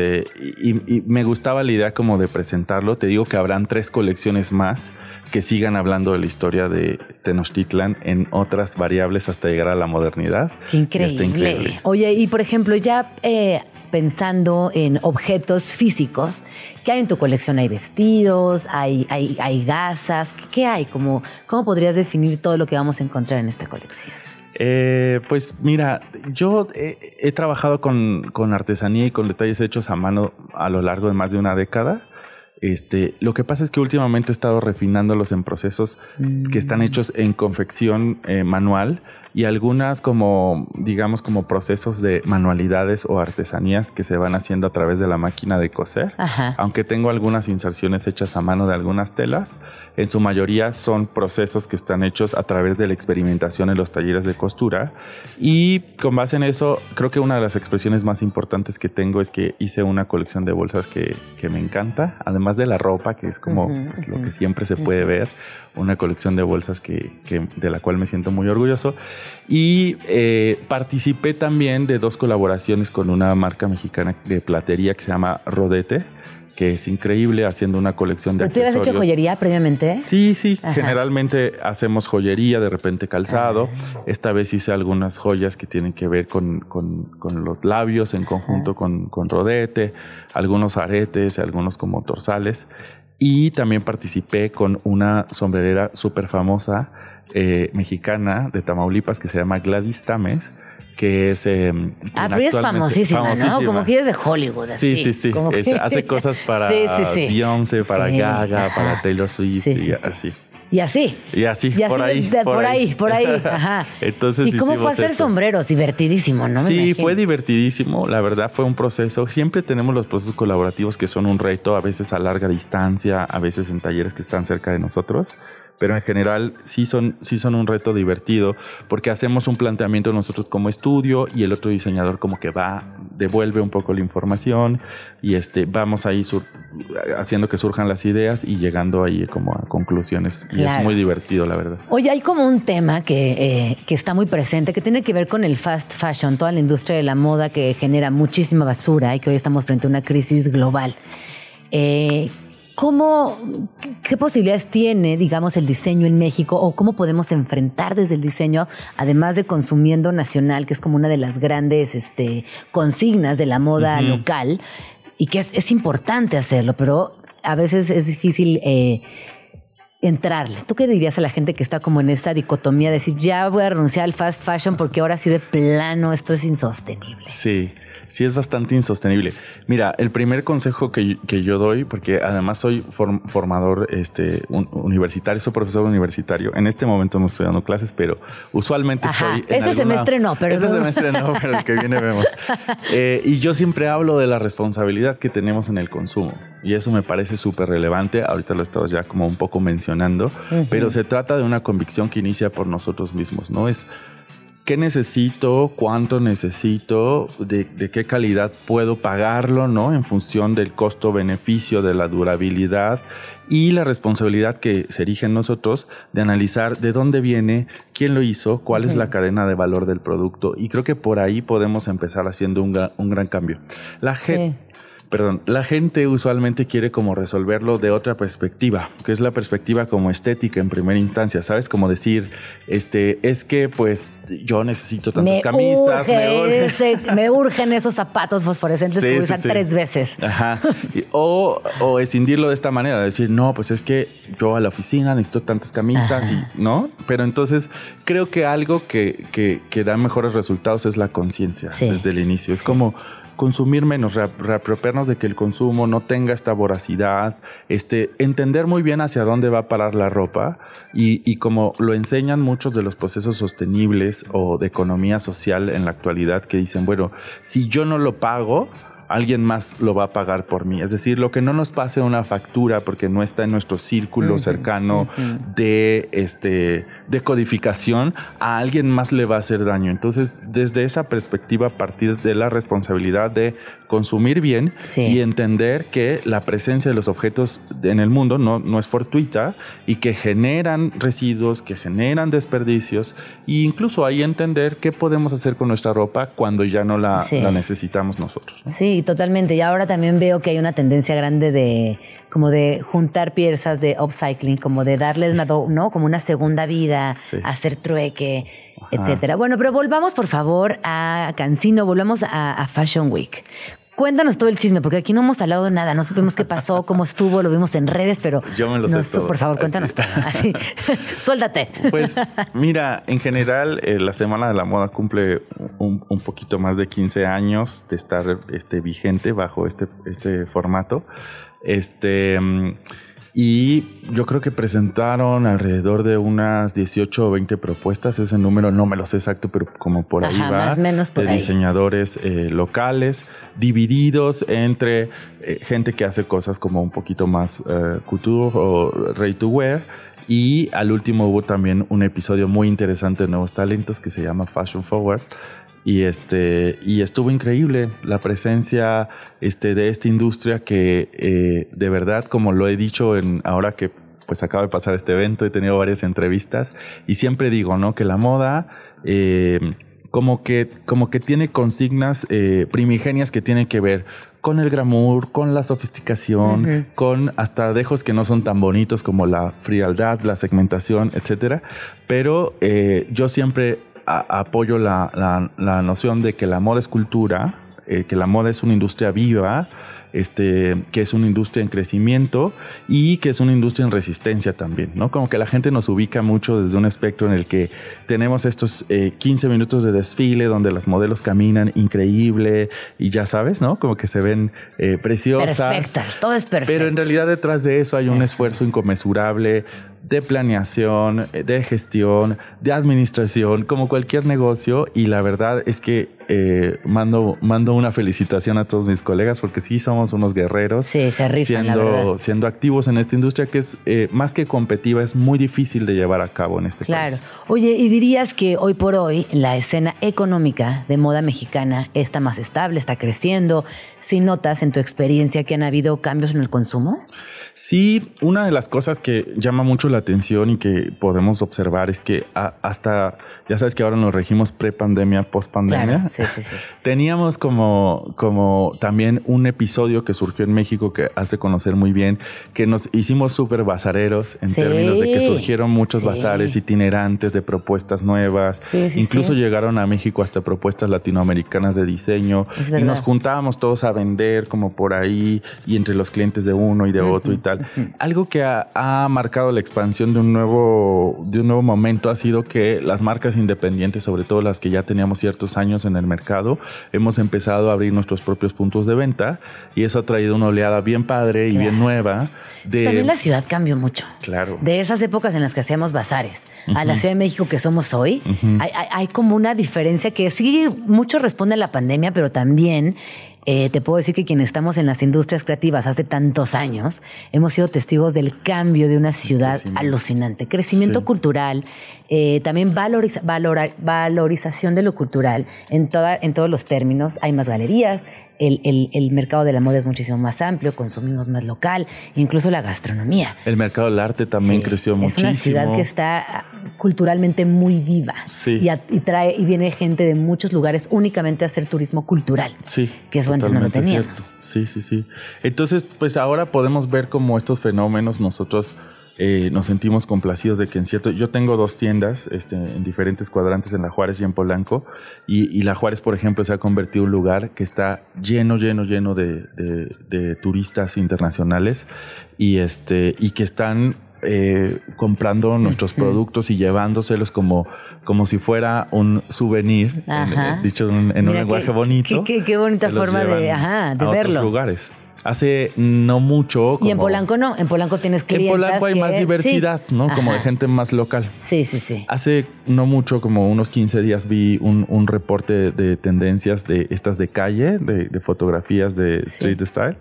me gustaba la idea como de presentarlo. Te digo que habrán 3 colecciones más que sigan hablando de la historia de Tenochtitlan en otras variables hasta llegar a la modernidad. ¡Qué increíble! Oye, y por ejemplo, ya pensando en objetos físicos, ¿qué hay en tu colección? ¿Hay vestidos? ¿Hay gasas? ¿Qué hay? ¿Cómo podrías definir todo lo que vamos a encontrar en esta colección? Pues mira, yo he trabajado con artesanía y con detalles hechos a mano a lo largo de más de una década. Lo que pasa es que últimamente he estado refinándolos en procesos que están hechos en confección manual y algunas como procesos de manualidades o artesanías que se van haciendo a través de la máquina de coser. Ajá. Aunque tengo algunas inserciones hechas a mano de algunas telas, en su mayoría son procesos que están hechos a través de la experimentación en los talleres de costura. Y con base en eso, creo que una de las expresiones más importantes que tengo es que hice una colección de bolsas que me encanta, además de la ropa, que es como pues, lo que siempre se puede ver, una colección de bolsas de la cual me siento muy orgulloso. Y participé también de 2 colaboraciones con una marca mexicana de platería que se llama Rodete, que es increíble, haciendo una colección de accesorios. ¿Tú habías hecho joyería previamente? Sí. Ajá. Generalmente hacemos joyería, de repente calzado. Esta vez hice algunas joyas que tienen que ver con los labios en conjunto con Rodete, algunos aretes, algunos como torsales. Y también participé con una sombrerera súper famosa mexicana de Tamaulipas que se llama Gladys Tames, que es... pero es famosísima, ¿no? Como que es de Hollywood. Así. Sí. Hace cosas para Beyoncé, para Gaga, para Taylor Swift y así. Y así. Por ahí. Ajá. Entonces, ¿y cómo fue hacer sombreros? Divertidísimo, ¿no? Sí, fue divertidísimo. La verdad fue un proceso. Siempre tenemos los procesos colaborativos que son un reto, a veces a larga distancia, a veces en talleres que están cerca de nosotros. Pero en general sí son un reto divertido porque hacemos un planteamiento nosotros como estudio y el otro diseñador como que devuelve un poco la información y vamos ahí haciendo que surjan las ideas y llegando ahí como a conclusiones. Claro. Y es muy divertido, la verdad. Oye, hay como un tema que está muy presente que tiene que ver con el fast fashion, toda la industria de la moda que genera muchísima basura y que hoy estamos frente a una crisis global. ¿Qué posibilidades tiene, digamos, el diseño en México o cómo podemos enfrentar desde el diseño, además de consumiendo nacional, que es como una de las grandes consignas de la moda local y que es importante hacerlo, pero a veces es difícil entrarle? ¿Tú qué dirías a la gente que está como en esa dicotomía de decir ya voy a renunciar al fast fashion porque ahora sí de plano esto es insostenible? Sí, es bastante insostenible. Mira, el primer consejo que yo doy, porque además soy formador universitario, soy profesor universitario. En este momento no estoy dando clases, pero usualmente estoy en Este semestre no, pero el que viene vemos. Y yo siempre hablo de la responsabilidad que tenemos en el consumo. Y eso me parece súper relevante. Ahorita lo estamos ya como un poco mencionando, pero se trata de una convicción que inicia por nosotros mismos, ¿no? Es ¿qué necesito? ¿Cuánto necesito? ¿De qué calidad puedo pagarlo? ¿No? En función del costo-beneficio, de la durabilidad y la responsabilidad que se erige en nosotros de analizar de dónde viene, quién lo hizo, cuál es la cadena de valor del producto. Y creo que por ahí podemos empezar haciendo un gran cambio. La gente usualmente quiere como resolverlo de otra perspectiva, que es la perspectiva como estética en primera instancia, ¿sabes? Como decir, es que pues yo necesito tantas camisas. Me urgen esos zapatos fosforescentes que usan 3 veces. Ajá. O escindirlo de esta manera, decir, no, pues es que yo a la oficina necesito tantas camisas y, ¿no? Pero entonces creo que algo que da mejores resultados es la conciencia desde el inicio. Es como consumir menos, reapropiarnos de que el consumo no tenga esta voracidad, entender muy bien hacia dónde va a parar la ropa y como lo enseñan muchos de los procesos sostenibles o de economía social en la actualidad que dicen, bueno, si yo no lo pago, alguien más lo va a pagar por mí. Es decir, lo que no nos pase una factura porque no está en nuestro círculo cercano de codificación, a alguien más le va a hacer daño. Entonces, desde esa perspectiva, a partir de la responsabilidad de consumir bien y entender que la presencia de los objetos en el mundo no es fortuita y que generan residuos, que generan desperdicios, e incluso ahí entender qué podemos hacer con nuestra ropa cuando ya no la necesitamos nosotros, ¿no? Sí, totalmente. Y ahora también veo que hay una tendencia grande de juntar piezas de upcycling, como de darles ¿no? como una segunda vida, hacer trueque, etcétera. Bueno, pero volvamos por favor a Cancino, volvamos a Fashion Week. Cuéntanos todo el chisme, porque aquí no hemos hablado de nada, no supimos qué pasó, cómo estuvo, lo vimos en redes, pero yo me lo sé todo. Por favor, cuéntanos todo. Así, suéltate. Pues mira, en general la Semana de la Moda cumple un poquito más de 15 años de estar vigente bajo este formato. Y yo creo que presentaron alrededor de unas 18 o 20 propuestas. Ese número no me lo sé exacto, pero como por ahí va. Más o menos por de ahí. Diseñadores locales, divididos entre gente que hace cosas como un poquito más couture o ready to wear. Y al último hubo también un episodio muy interesante de Nuevos Talentos que se llama Fashion Forward. Y estuvo increíble la presencia de esta industria que de verdad, como lo he dicho ahora que pues acaba de pasar este evento, he tenido varias entrevistas y siempre digo, ¿no? Que la moda como que tiene consignas primigenias que tienen que ver con el glamour, con la sofisticación, con hasta dejos que no son tan bonitos como la frialdad, la segmentación, etcétera. Pero yo siempre apoyo la noción de que la moda es cultura, que la moda es una industria viva, que es una industria en crecimiento y que es una industria en resistencia también, ¿no? Como que la gente nos ubica mucho desde un espectro en el que tenemos estos 15 minutos de desfile donde las modelos caminan increíble y ya sabes, ¿no? Como que se ven preciosas. Perfectas, todo es perfecto. Pero en realidad detrás de eso hay un esfuerzo inconmensurable de planeación, de gestión, de administración, como cualquier negocio. Y la verdad es que mando una felicitación a todos mis colegas porque sí somos unos guerreros. Sí, se rifan, la verdad. Siendo activos en esta industria que es más que competitiva, es muy difícil de llevar a cabo en este país. Claro. Oye, ¿y dirías que hoy por hoy la escena económica de moda mexicana está más estable, está creciendo? ¿Sí notas en tu experiencia que han habido cambios en el consumo? Sí, una de las cosas que llama mucho la atención y que podemos observar es que hasta, ya sabes que ahora nos regimos pre-pandemia, post-pandemia. Claro, sí. Teníamos como también un episodio que surgió en México que has de conocer muy bien, que nos hicimos súper bazareros en términos de que surgieron muchos bazares itinerantes de propuestas nuevas. Incluso llegaron a México hasta propuestas latinoamericanas de diseño. Y nos juntábamos todos a vender como por ahí y entre los clientes de uno y de otro y tal. Algo que ha marcado la expansión de un nuevo momento ha sido que las marcas independientes, sobre todo las que ya teníamos ciertos años en el mercado, hemos empezado a abrir nuestros propios puntos de venta y eso ha traído una oleada bien padre y bien nueva. También la ciudad cambió mucho. Claro. De esas épocas en las que hacíamos bazares a la Ciudad de México que somos hoy, hay como una diferencia que sí mucho responde a la pandemia, pero también te puedo decir que quienes estamos en las industrias creativas hace tantos años hemos sido testigos del cambio de una ciudad alucinante. Crecimiento cultural, también valorización de lo cultural en todos los términos. Hay más galerías, el mercado de la moda es muchísimo más amplio, consumimos más local, incluso la gastronomía. El mercado del arte también creció muchísimo. Es una ciudad que está culturalmente muy viva y viene gente de muchos lugares únicamente a hacer turismo cultural. Sí, que eso antes no lo teníamos. Cierto. Sí. Entonces, pues ahora podemos ver cómo estos fenómenos nosotros nos sentimos complacidos de que yo tengo 2 tiendas en diferentes cuadrantes en La Juárez y en Polanco y La Juárez, por ejemplo, se ha convertido en un lugar que está lleno de turistas internacionales y que están comprando nuestros productos y llevándoselos como si fuera un souvenir, dicho en un lenguaje bonito. Qué bonita forma de verlo. Otros lugares. Hace no mucho... Y en Polanco no, en Polanco tienes clientes. En Polanco hay más diversidad, sí, ¿no? Como de gente más local. Sí. Hace no mucho, como unos 15 días, vi un reporte de tendencias de estas de calle, de fotografías de street style.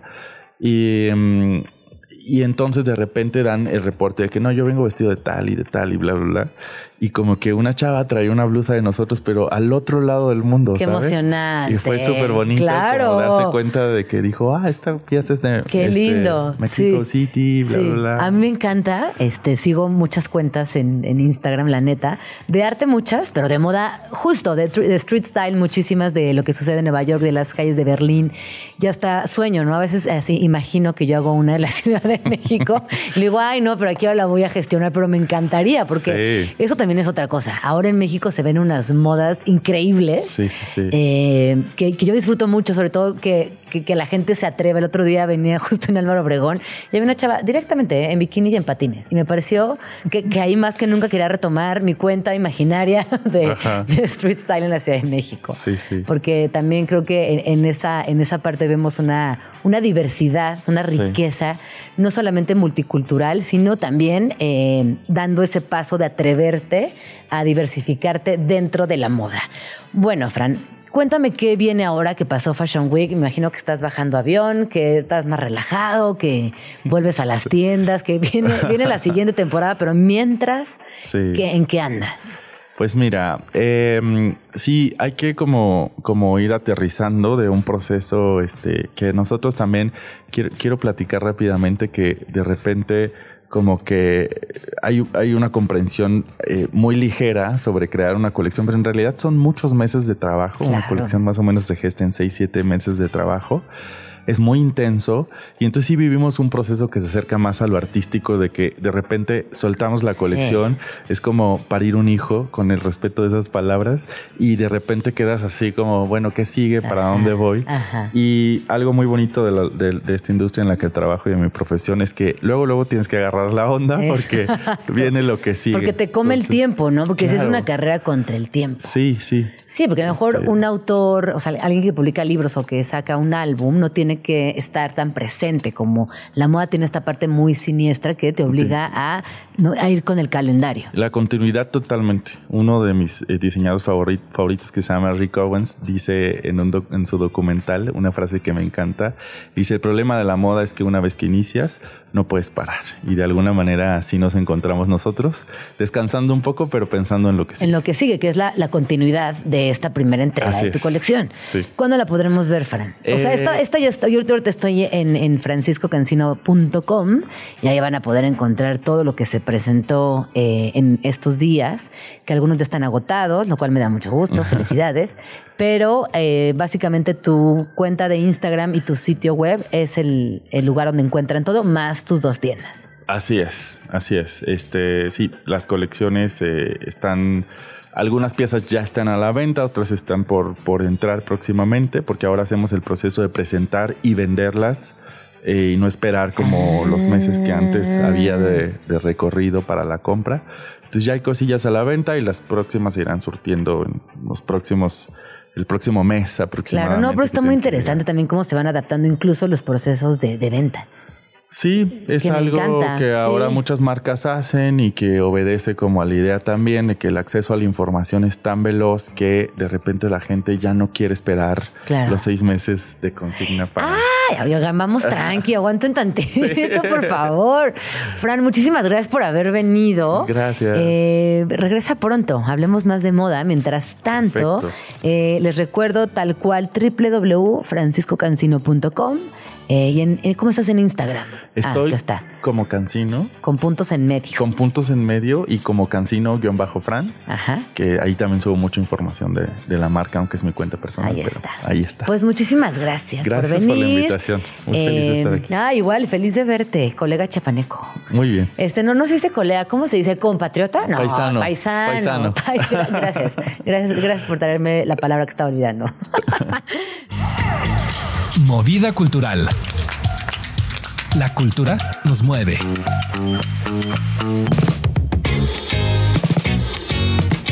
Y entonces de repente dan el reporte de que no, yo vengo vestido de tal y bla, bla, bla. Y como que una chava traía una blusa de nosotros, pero al otro lado del mundo, Qué ¿sabes? emocionante. Y fue súper bonito. Claro. Como darse cuenta de que dijo, esta pieza es de Qué lindo. Mexico City, bla, bla, bla. A mí me encanta. Sigo muchas cuentas en Instagram, la neta. De arte muchas, pero de moda justo, de street style muchísimas, de lo que sucede en Nueva York, de las calles de Berlín. Ya hasta sueño, ¿no? A veces así imagino que yo hago una en la Ciudad de México. Y digo, ay, no, pero aquí ahora la voy a gestionar, pero me encantaría, porque eso también es otra cosa. Ahora en México se ven unas modas increíbles. Sí. Que yo disfruto mucho, sobre todo que la gente se atreve. El otro día venía justo en Álvaro Obregón y había una chava directamente en bikini y en patines. Y me pareció que ahí más que nunca quería retomar mi cuenta imaginaria de street style en la Ciudad de México. Sí. Porque también creo que en esa parte vemos una diversidad, una riqueza, no solamente multicultural, sino también dando ese paso de atreverte a diversificarte dentro de la moda. Bueno, Fran, cuéntame qué viene ahora que pasó Fashion Week. Me imagino que estás bajando avión, que estás más relajado, que vuelves a las tiendas, que viene la siguiente temporada, pero mientras, ¿en qué andas? Pues mira, sí, hay que como ir aterrizando de un proceso que nosotros también quiero platicar rápidamente, que de repente como que hay una comprensión muy ligera sobre crear una colección, pero en realidad son muchos meses de trabajo. Claro. Una colección más o menos se gesta en 6-7 meses de trabajo. Es muy intenso y entonces sí vivimos un proceso que se acerca más a lo artístico, de que de repente soltamos la colección. Es como parir un hijo, con el respeto de esas palabras, y de repente quedas así como, bueno, ¿qué sigue? ¿Para dónde voy? Y algo muy bonito de esta industria en la que trabajo y de mi profesión es que luego tienes que agarrar la onda porque viene lo que sigue. Porque te come el tiempo, ¿no? Porque es una carrera contra el tiempo. Sí. Sí, porque a lo mejor un autor, o sea, alguien que publica libros o que saca un álbum no tiene que estar tan presente, como la moda tiene esta parte muy siniestra que te obliga a ir con el calendario. La continuidad totalmente. Uno de mis diseñadores favoritos, que se llama Rick Owens, dice en su documental una frase que me encanta. Dice, el problema de la moda es que una vez que inicias no puedes parar. Y de alguna manera así nos encontramos nosotros, descansando un poco, pero pensando en lo que sigue. En lo que sigue, que es la continuidad de esta primera entrega de tu colección. Sí. ¿Cuándo la podremos ver, Fran? O sea, esta ya está. Yo ahorita estoy en franciscocancino.com y ahí van a poder encontrar todo lo que se presentó en estos días, que algunos ya están agotados, lo cual me da mucho gusto. Felicidades. Pero básicamente tu cuenta de Instagram y tu sitio web es el lugar donde encuentran todo, más tus 2 tiendas. Así es. Sí, las colecciones están... Algunas piezas ya están a la venta, otras están por entrar próximamente, porque ahora hacemos el proceso de presentar y venderlas y no esperar como los meses que antes había de recorrido para la compra. Entonces ya hay cosillas a la venta y las próximas se irán surtiendo en el próximo mes aproximadamente. Claro, no, pero está muy interesante también cómo se van adaptando incluso los procesos de venta. Sí, es algo que ahora muchas marcas hacen y que obedece como a la idea también de que el acceso a la información es tan veloz que de repente la gente ya no quiere esperar los 6 meses de consigna para... ¡Ay! Vamos tranqui, aguanten tantito, por favor. Fran, muchísimas gracias por haber venido. Gracias. Regresa pronto, hablemos más de moda. Mientras tanto, les recuerdo tal cual www.franciscocancino.com. ¿Y cómo estás en Instagram? Estoy como Cancino. Con puntos en medio. Con puntos en medio y como Cancino-Fran. Ajá. Que ahí también subo mucha información de la marca, aunque es mi cuenta personal. Ahí está. Pues muchísimas gracias por venir. Gracias por la invitación. Muy feliz de estar aquí. Igual, feliz de verte, colega chapaneco. Muy bien. No se dice colega, ¿cómo se dice? ¿Compatriota? No, paisano. Gracias por traerme la palabra que estaba olvidando. Movida cultural. La cultura nos mueve.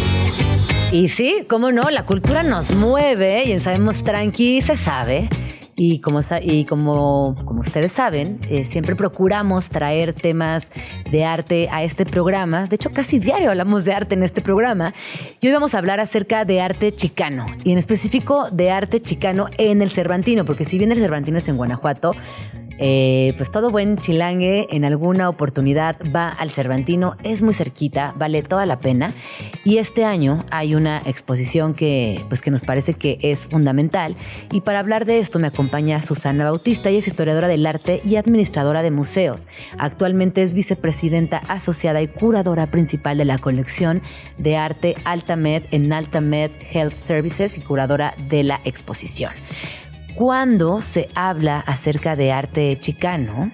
Y sí, cómo no, la cultura nos mueve y en Sabemos Tranqui se sabe Y como ustedes saben, siempre procuramos traer temas de arte a este programa. De hecho, casi diario hablamos de arte en este programa. Y hoy vamos a hablar acerca de arte chicano, y en específico de arte chicano en el Cervantino, porque si bien el Cervantino es en Guanajuato, pues todo buen chilangue en alguna oportunidad va al Cervantino, es muy cerquita, vale toda la pena. Y este año hay una exposición que nos parece que es fundamental, y para hablar de esto me acompaña Susana Bautista. Ella es historiadora del arte y administradora de museos. Actualmente es vicepresidenta asociada y curadora principal de la colección de arte Altamed en Altamed Health Services y curadora de la exposición. Cuando se habla acerca de arte chicano,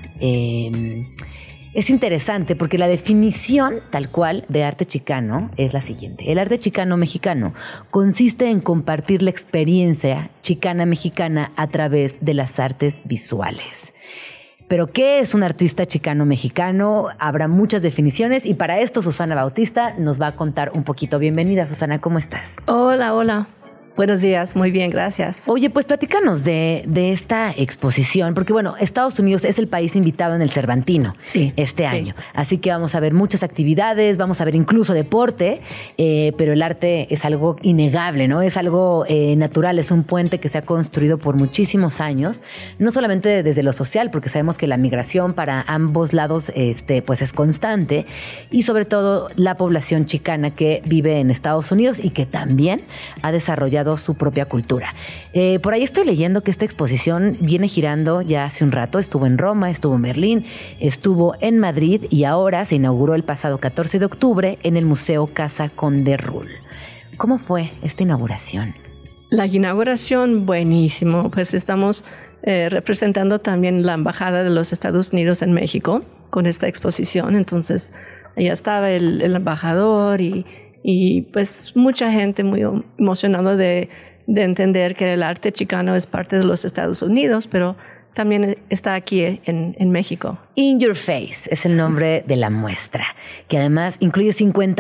es interesante porque la definición tal cual de arte chicano es la siguiente. El arte chicano mexicano consiste en compartir la experiencia chicana mexicana a través de las artes visuales. Pero, ¿qué es un artista chicano mexicano? Habrá muchas definiciones, y para esto Susana Bautista nos va a contar un poquito. Bienvenida, Susana, ¿cómo estás? Hola. Buenos días, muy bien, gracias. Oye, pues platícanos de esta exposición, porque bueno, Estados Unidos es el país invitado en el Cervantino este año. Así que vamos a ver muchas actividades, vamos a ver incluso deporte, pero el arte es algo innegable, ¿no? Es algo natural, es un puente que se ha construido por muchísimos años, no solamente desde lo social, porque sabemos que la migración para ambos lados pues es constante, y sobre todo la población chicana que vive en Estados Unidos y que también ha desarrollado su propia cultura. Por ahí estoy leyendo que esta exposición viene girando ya hace un rato. Estuvo en Roma, estuvo en Berlín, estuvo en Madrid, y ahora se inauguró el pasado 14 de octubre en el Museo Casa Conde Rull. ¿Cómo fue esta inauguración? La inauguración, buenísimo. Pues estamos representando también la Embajada de los Estados Unidos en México con esta exposición. Entonces, allá estaba el embajador y pues mucha gente muy emocionada de entender que el arte chicano es parte de los Estados Unidos, pero también está aquí en México. In Your Face es el nombre de la muestra, que además incluye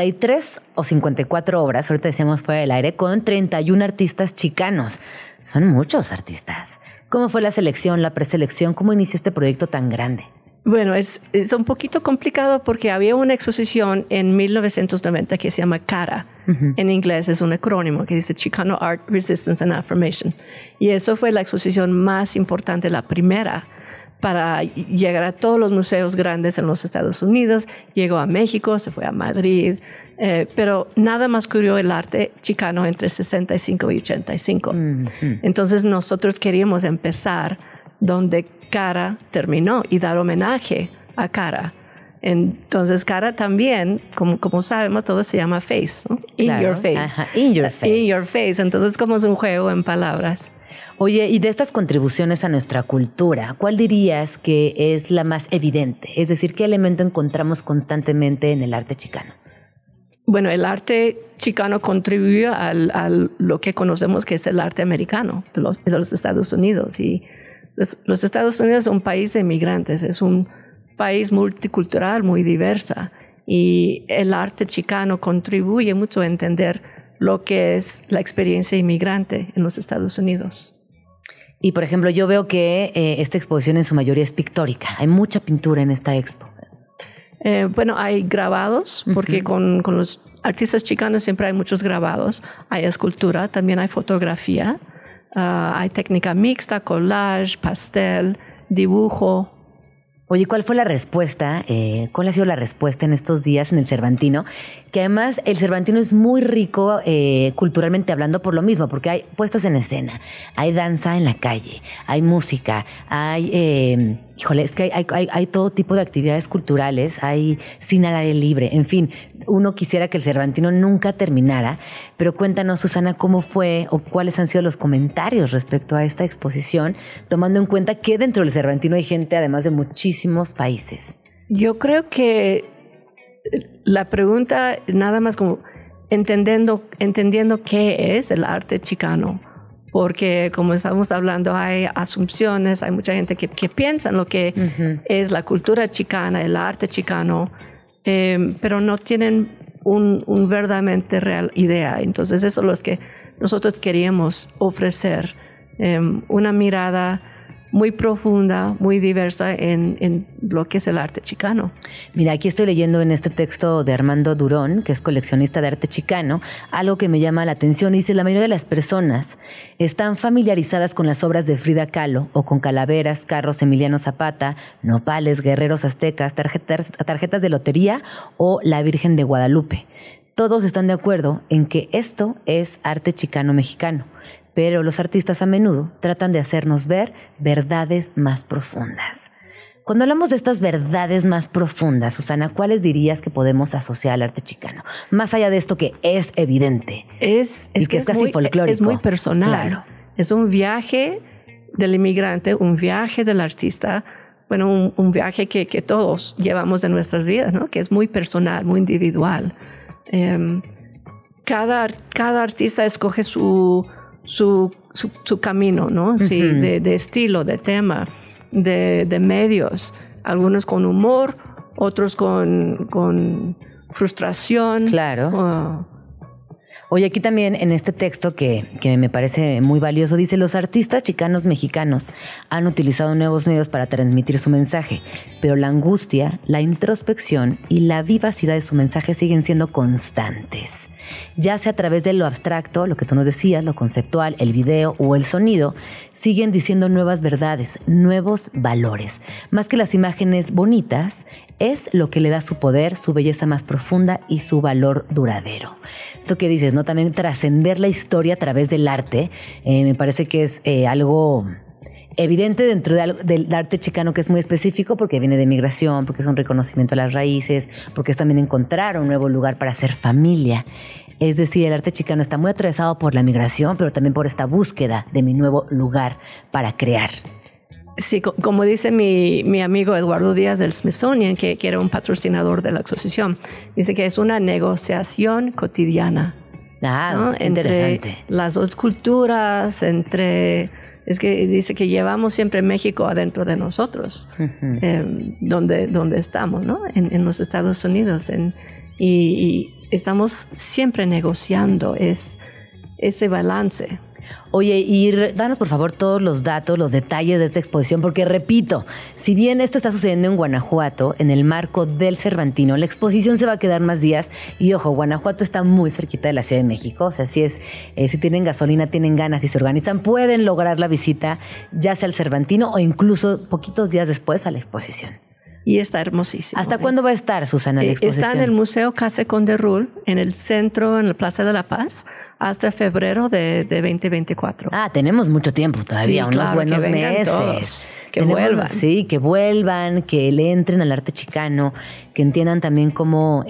53 o 54 obras, ahorita decíamos fuera del aire, con 31 artistas chicanos. Son muchos artistas. ¿Cómo fue la selección, la preselección? ¿Cómo inicia este proyecto tan grande? Bueno, es un poquito complicado porque había una exposición en 1990 que se llama CARA. En inglés es un acrónimo que dice Chicano Art, Resistance and Affirmation. Y eso fue la exposición más importante, la primera, para llegar a todos los museos grandes en los Estados Unidos. Llegó a México, se fue a Madrid, pero nada más cubrió el arte chicano entre 65 y 85. Entonces nosotros queríamos empezar donde CARA terminó y dar homenaje a CARA. Entonces CARA también, como sabemos, todo se llama face, ¿no? Claro. Your face. Ajá, in your face. In your face. Entonces como es un juego en palabras. Oye, y de estas contribuciones a nuestra cultura, ¿cuál dirías que es la más evidente? Es decir, ¿qué elemento encontramos constantemente en el arte chicano? Bueno, el arte chicano contribuye a lo que conocemos que es el arte americano de los Estados Unidos. Y los Estados Unidos es un país de migrantes, es un país multicultural, muy diversa, y el arte chicano contribuye mucho a entender lo que es la experiencia inmigrante en los Estados Unidos. Y, por ejemplo, yo veo que esta exposición en su mayoría es pictórica. Hay mucha pintura en esta expo. Bueno, hay grabados, porque con los artistas chicanos siempre hay muchos grabados. Hay escultura, también hay fotografía. Hay técnica mixta, collage, pastel, dibujo. Oye, ¿cuál fue la respuesta? ¿Cuál ha sido la respuesta en estos días en el Cervantino? Que además el Cervantino es muy rico culturalmente hablando por lo mismo, porque hay puestas en escena, hay danza en la calle, hay música, hay... es que hay todo tipo de actividades culturales, hay cine al aire libre, en fin, uno quisiera que el Cervantino nunca terminara, pero cuéntanos, Susana, cómo fue o cuáles han sido los comentarios respecto a esta exposición, tomando en cuenta que dentro del Cervantino hay gente además de muchísimos países. Yo creo que la pregunta, nada más como entendiendo qué es el arte chicano, porque como estamos hablando hay asunciones, hay mucha gente que piensa en lo que es la cultura chicana, el arte chicano, pero no tienen un verdaderamente real idea. Entonces eso es lo que nosotros queríamos ofrecer, una mirada muy profunda, muy diversa en lo que es el arte chicano. Mira, aquí estoy leyendo en este texto de Armando Durón, que es coleccionista de arte chicano, algo que me llama la atención. Dice, la mayoría de las personas están familiarizadas con las obras de Frida Kahlo o con calaveras, carros Emiliano Zapata, nopales, guerreros aztecas, tarjetas de lotería o la Virgen de Guadalupe. Todos están de acuerdo en que esto es arte chicano mexicano, pero los artistas a menudo tratan de hacernos ver verdades más profundas. Cuando hablamos de estas verdades más profundas, Susana, ¿cuáles dirías que podemos asociar al arte chicano? Más allá de esto que es evidente. Es casi muy folclórico. Es muy personal. Claro. Es un viaje del inmigrante, un viaje del artista, bueno, un viaje que todos llevamos en nuestras vidas, ¿no? Que es muy personal, muy individual. Cada artista escoge su camino, ¿no? Sí, de estilo, de tema, de medios. Algunos con humor, otros con frustración. Claro. Oye, aquí también en este texto que me parece muy valioso, dice, los artistas chicanos mexicanos han utilizado nuevos medios para transmitir su mensaje, pero la angustia, la introspección y la vivacidad de su mensaje siguen siendo constantes. Ya sea a través de lo abstracto, lo que tú nos decías, lo conceptual, el video o el sonido, siguen diciendo nuevas verdades, nuevos valores. Más que las imágenes bonitas, es lo que le da su poder, su belleza más profunda y su valor duradero. Esto que dices, ¿no? También trascender la historia a través del arte, me parece que es algo evidente dentro del arte chicano, que es muy específico porque viene de migración, porque es un reconocimiento a las raíces, porque es también encontrar un nuevo lugar para hacer familia. Es decir, el arte chicano está muy atravesado por la migración, pero también por esta búsqueda de mi nuevo lugar para crear. Sí, como dice mi amigo Eduardo Díaz del Smithsonian, que era un patrocinador de la exposición, dice que es una negociación cotidiana. ¿no? Interesante. Entre las dos culturas, es que dice que llevamos siempre México adentro de nosotros, donde estamos, ¿no? En los Estados Unidos. Y estamos siempre negociando ese balance. Oye, y danos por favor todos los datos, los detalles de esta exposición, porque repito, si bien esto está sucediendo en Guanajuato, en el marco del Cervantino, la exposición se va a quedar más días y ojo, Guanajuato está muy cerquita de la Ciudad de México, o sea, si tienen gasolina, tienen ganas y se organizan, pueden lograr la visita ya sea al Cervantino o incluso poquitos días después a la exposición. Y está hermosísimo. ¿Hasta cuándo va a estar, Susana, la exposición? Está en el Museo Casa Conderul, en el centro, en la Plaza de la Paz, hasta febrero de 2024. Ah, tenemos mucho tiempo todavía, sí, unos buenos meses. Todos, que vuelvan. Sí, que vuelvan, que le entren al arte chicano, que entiendan también cómo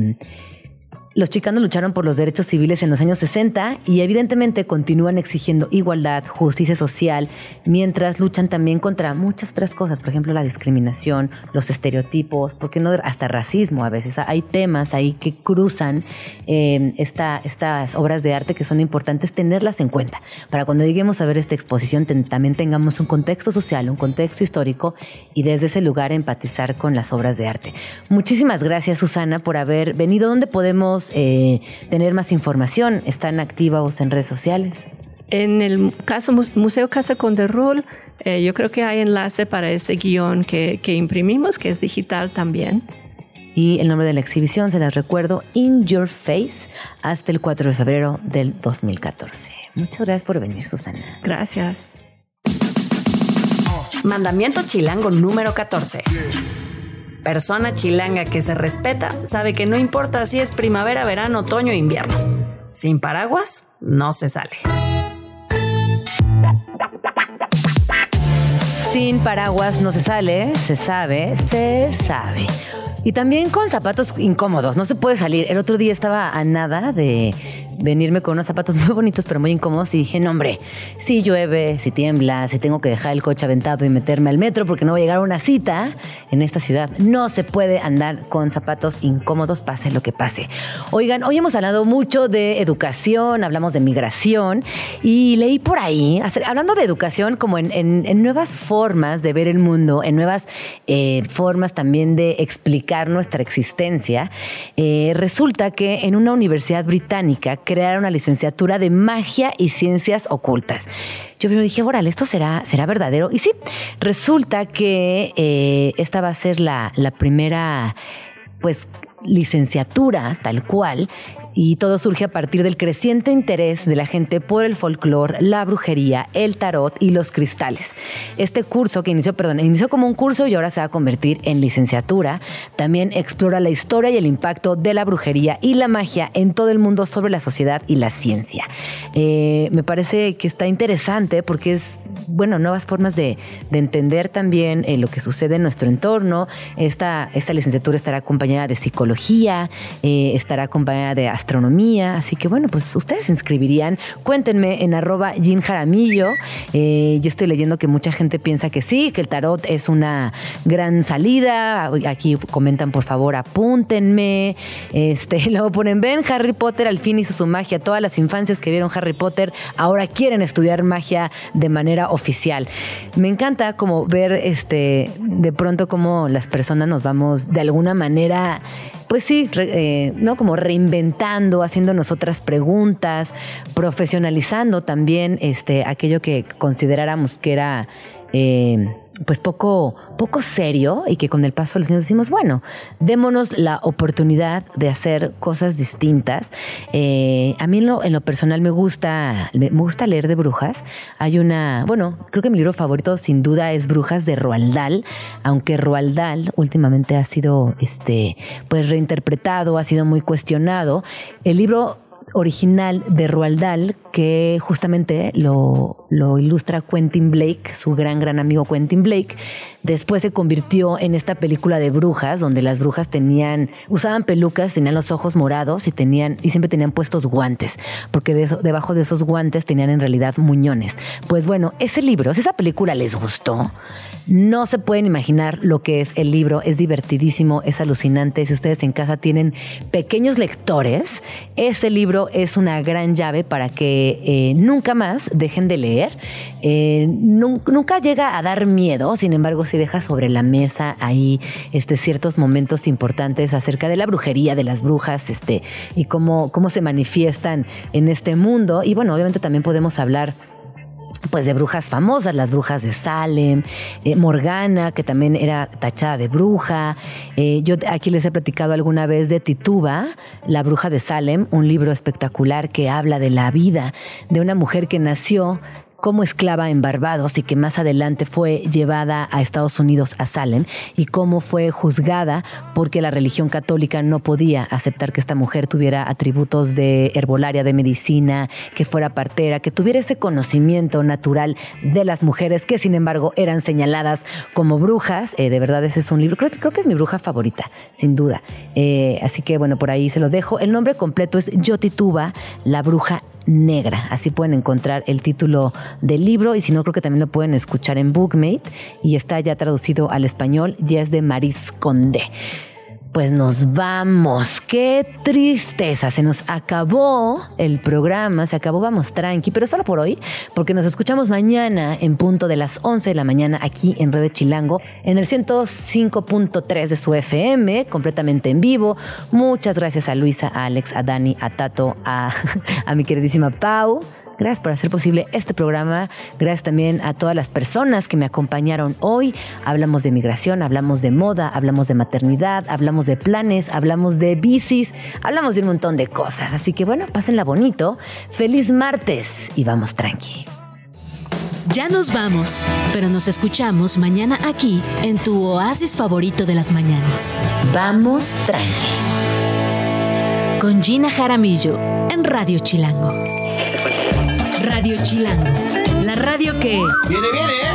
los chicanos lucharon por los derechos civiles en los años 60 y evidentemente continúan exigiendo igualdad, justicia social, mientras luchan también contra muchas otras cosas, por ejemplo la discriminación, los estereotipos, ¿por qué no? Hasta racismo a veces. Hay temas ahí que cruzan estas obras de arte que son importantes tenerlas en cuenta para cuando lleguemos a ver esta exposición también tengamos un contexto social, un contexto histórico y desde ese lugar empatizar con las obras de arte. Muchísimas gracias, Susana, por haber venido. ¿Dónde podemos tener más información? ¿Están activos en redes sociales? En el Museo Casa Conderul, yo creo que hay enlace para este guión que imprimimos, que es digital también. Y el nombre de la exhibición, se las recuerdo, In Your Face, hasta el 4 de febrero del 2014. Muchas gracias por venir, Susana. Gracias. Mandamiento chilango número 14. Persona chilanga que se respeta sabe que no importa si es primavera, verano, otoño o invierno. Sin paraguas, no se sale. Sin paraguas no se sale, se sabe, se sabe. Y también con zapatos incómodos, no se puede salir. El otro día estaba a nada de venirme con unos zapatos muy bonitos pero muy incómodos y dije, no hombre, si llueve, si tiembla, si tengo que dejar el coche aventado y meterme al metro porque no voy a llegar a una cita en esta ciudad, no se puede andar con zapatos incómodos, pase lo que pase. Oigan, hoy hemos hablado mucho de educación, hablamos de migración y leí por ahí, hablando de educación como en nuevas formas de ver el mundo, en nuevas formas también de explicar nuestra existencia, resulta que en una universidad británica crear una licenciatura de magia y ciencias ocultas. Yo primero dije, órale, ¿esto será verdadero? Y sí, resulta que esta va a ser la primera, pues, licenciatura tal cual. Y todo surge a partir del creciente interés de la gente por el folclore, la brujería, el tarot y los cristales. Este curso que inició como un curso y ahora se va a convertir en licenciatura. También explora la historia y el impacto de la brujería y la magia en todo el mundo sobre la sociedad y la ciencia. Me parece que está interesante porque es, bueno, nuevas formas de entender también lo que sucede en nuestro entorno. Esta licenciatura estará acompañada de psicología, estará acompañada de astronomía, así que bueno, pues ustedes se inscribirían. Cuéntenme en @JinJaramillo. Yo estoy leyendo que mucha gente piensa que sí, que el tarot es una gran salida. Aquí comentan, por favor, apúntenme. Luego ponen, ven, Harry Potter al fin hizo su magia. Todas las infancias que vieron Harry Potter ahora quieren estudiar magia de manera oficial. Me encanta como ver de pronto cómo las personas nos vamos de alguna manera, pues sí, ¿no? Como reinventando, haciéndonos otras preguntas, profesionalizando también aquello que consideráramos que era pues poco serio y que con el paso de los años decimos, bueno, démonos la oportunidad de hacer cosas distintas. A mí en lo personal me gusta leer de brujas. Creo que mi libro favorito sin duda es Brujas de Roald Dahl, aunque Roald Dahl últimamente ha sido pues reinterpretado, ha sido muy cuestionado. El libro original de Roald Dahl, que justamente lo ilustra Quentin Blake, su gran amigo Quentin Blake, después se convirtió en esta película de brujas, donde las brujas usaban pelucas, tenían los ojos morados y siempre tenían puestos guantes, porque debajo de esos guantes tenían en realidad muñones. Pues bueno, ese libro, si esa película les gustó, no se pueden imaginar lo que es el libro. Es divertidísimo, es alucinante. Si ustedes en casa tienen pequeños lectores, ese libro es una gran llave para que nunca más dejen de leer. Nunca llega a dar miedo, sin embargo, sí deja sobre la mesa ahí ciertos momentos importantes acerca de la brujería, de las brujas, y cómo se manifiestan en este mundo. Y bueno, obviamente también podemos hablar pues de brujas famosas, las brujas de Salem, Morgana, que también era tachada de bruja. Yo aquí les he platicado alguna vez de Tituba, la bruja de Salem, un libro espectacular que habla de la vida de una mujer que nació como esclava en Barbados y que más adelante fue llevada a Estados Unidos, a Salem, y cómo fue juzgada porque la religión católica no podía aceptar que esta mujer tuviera atributos de herbolaria, de medicina, que fuera partera, que tuviera ese conocimiento natural de las mujeres que sin embargo eran señaladas como brujas. De verdad ese es un libro, creo que es mi bruja favorita, sin duda. Así que bueno, por ahí se los dejo. El nombre completo es Yo Tituba, la bruja negra. Así pueden encontrar el título del libro, y si no, creo que también lo pueden escuchar en Bookmate y está ya traducido al español, ya es de Maris Condé. Pues nos vamos. ¡Qué tristeza! Se nos acabó el programa, se acabó Vamos Tranqui, pero solo por hoy, porque nos escuchamos mañana en punto de las 11 de la mañana aquí en Radio Chilango, en el 105.3 de su FM, completamente en vivo. Muchas gracias a Luisa, a Alex, a Dani, a Tato, a mi queridísima Pau. Gracias por hacer posible este programa. Gracias también a todas las personas que me acompañaron hoy. Hablamos de migración, hablamos de moda, hablamos de maternidad, hablamos de planes, hablamos de bicis, hablamos de un montón de cosas. Así que bueno, pásenla bonito. Feliz martes y vamos tranqui. Ya nos vamos, pero nos escuchamos mañana aquí en tu oasis favorito de las mañanas. Vamos tranqui. Con Gina Jaramillo en Radio Chilango. Radio Chilango, la radio que... ¡Viene, viene!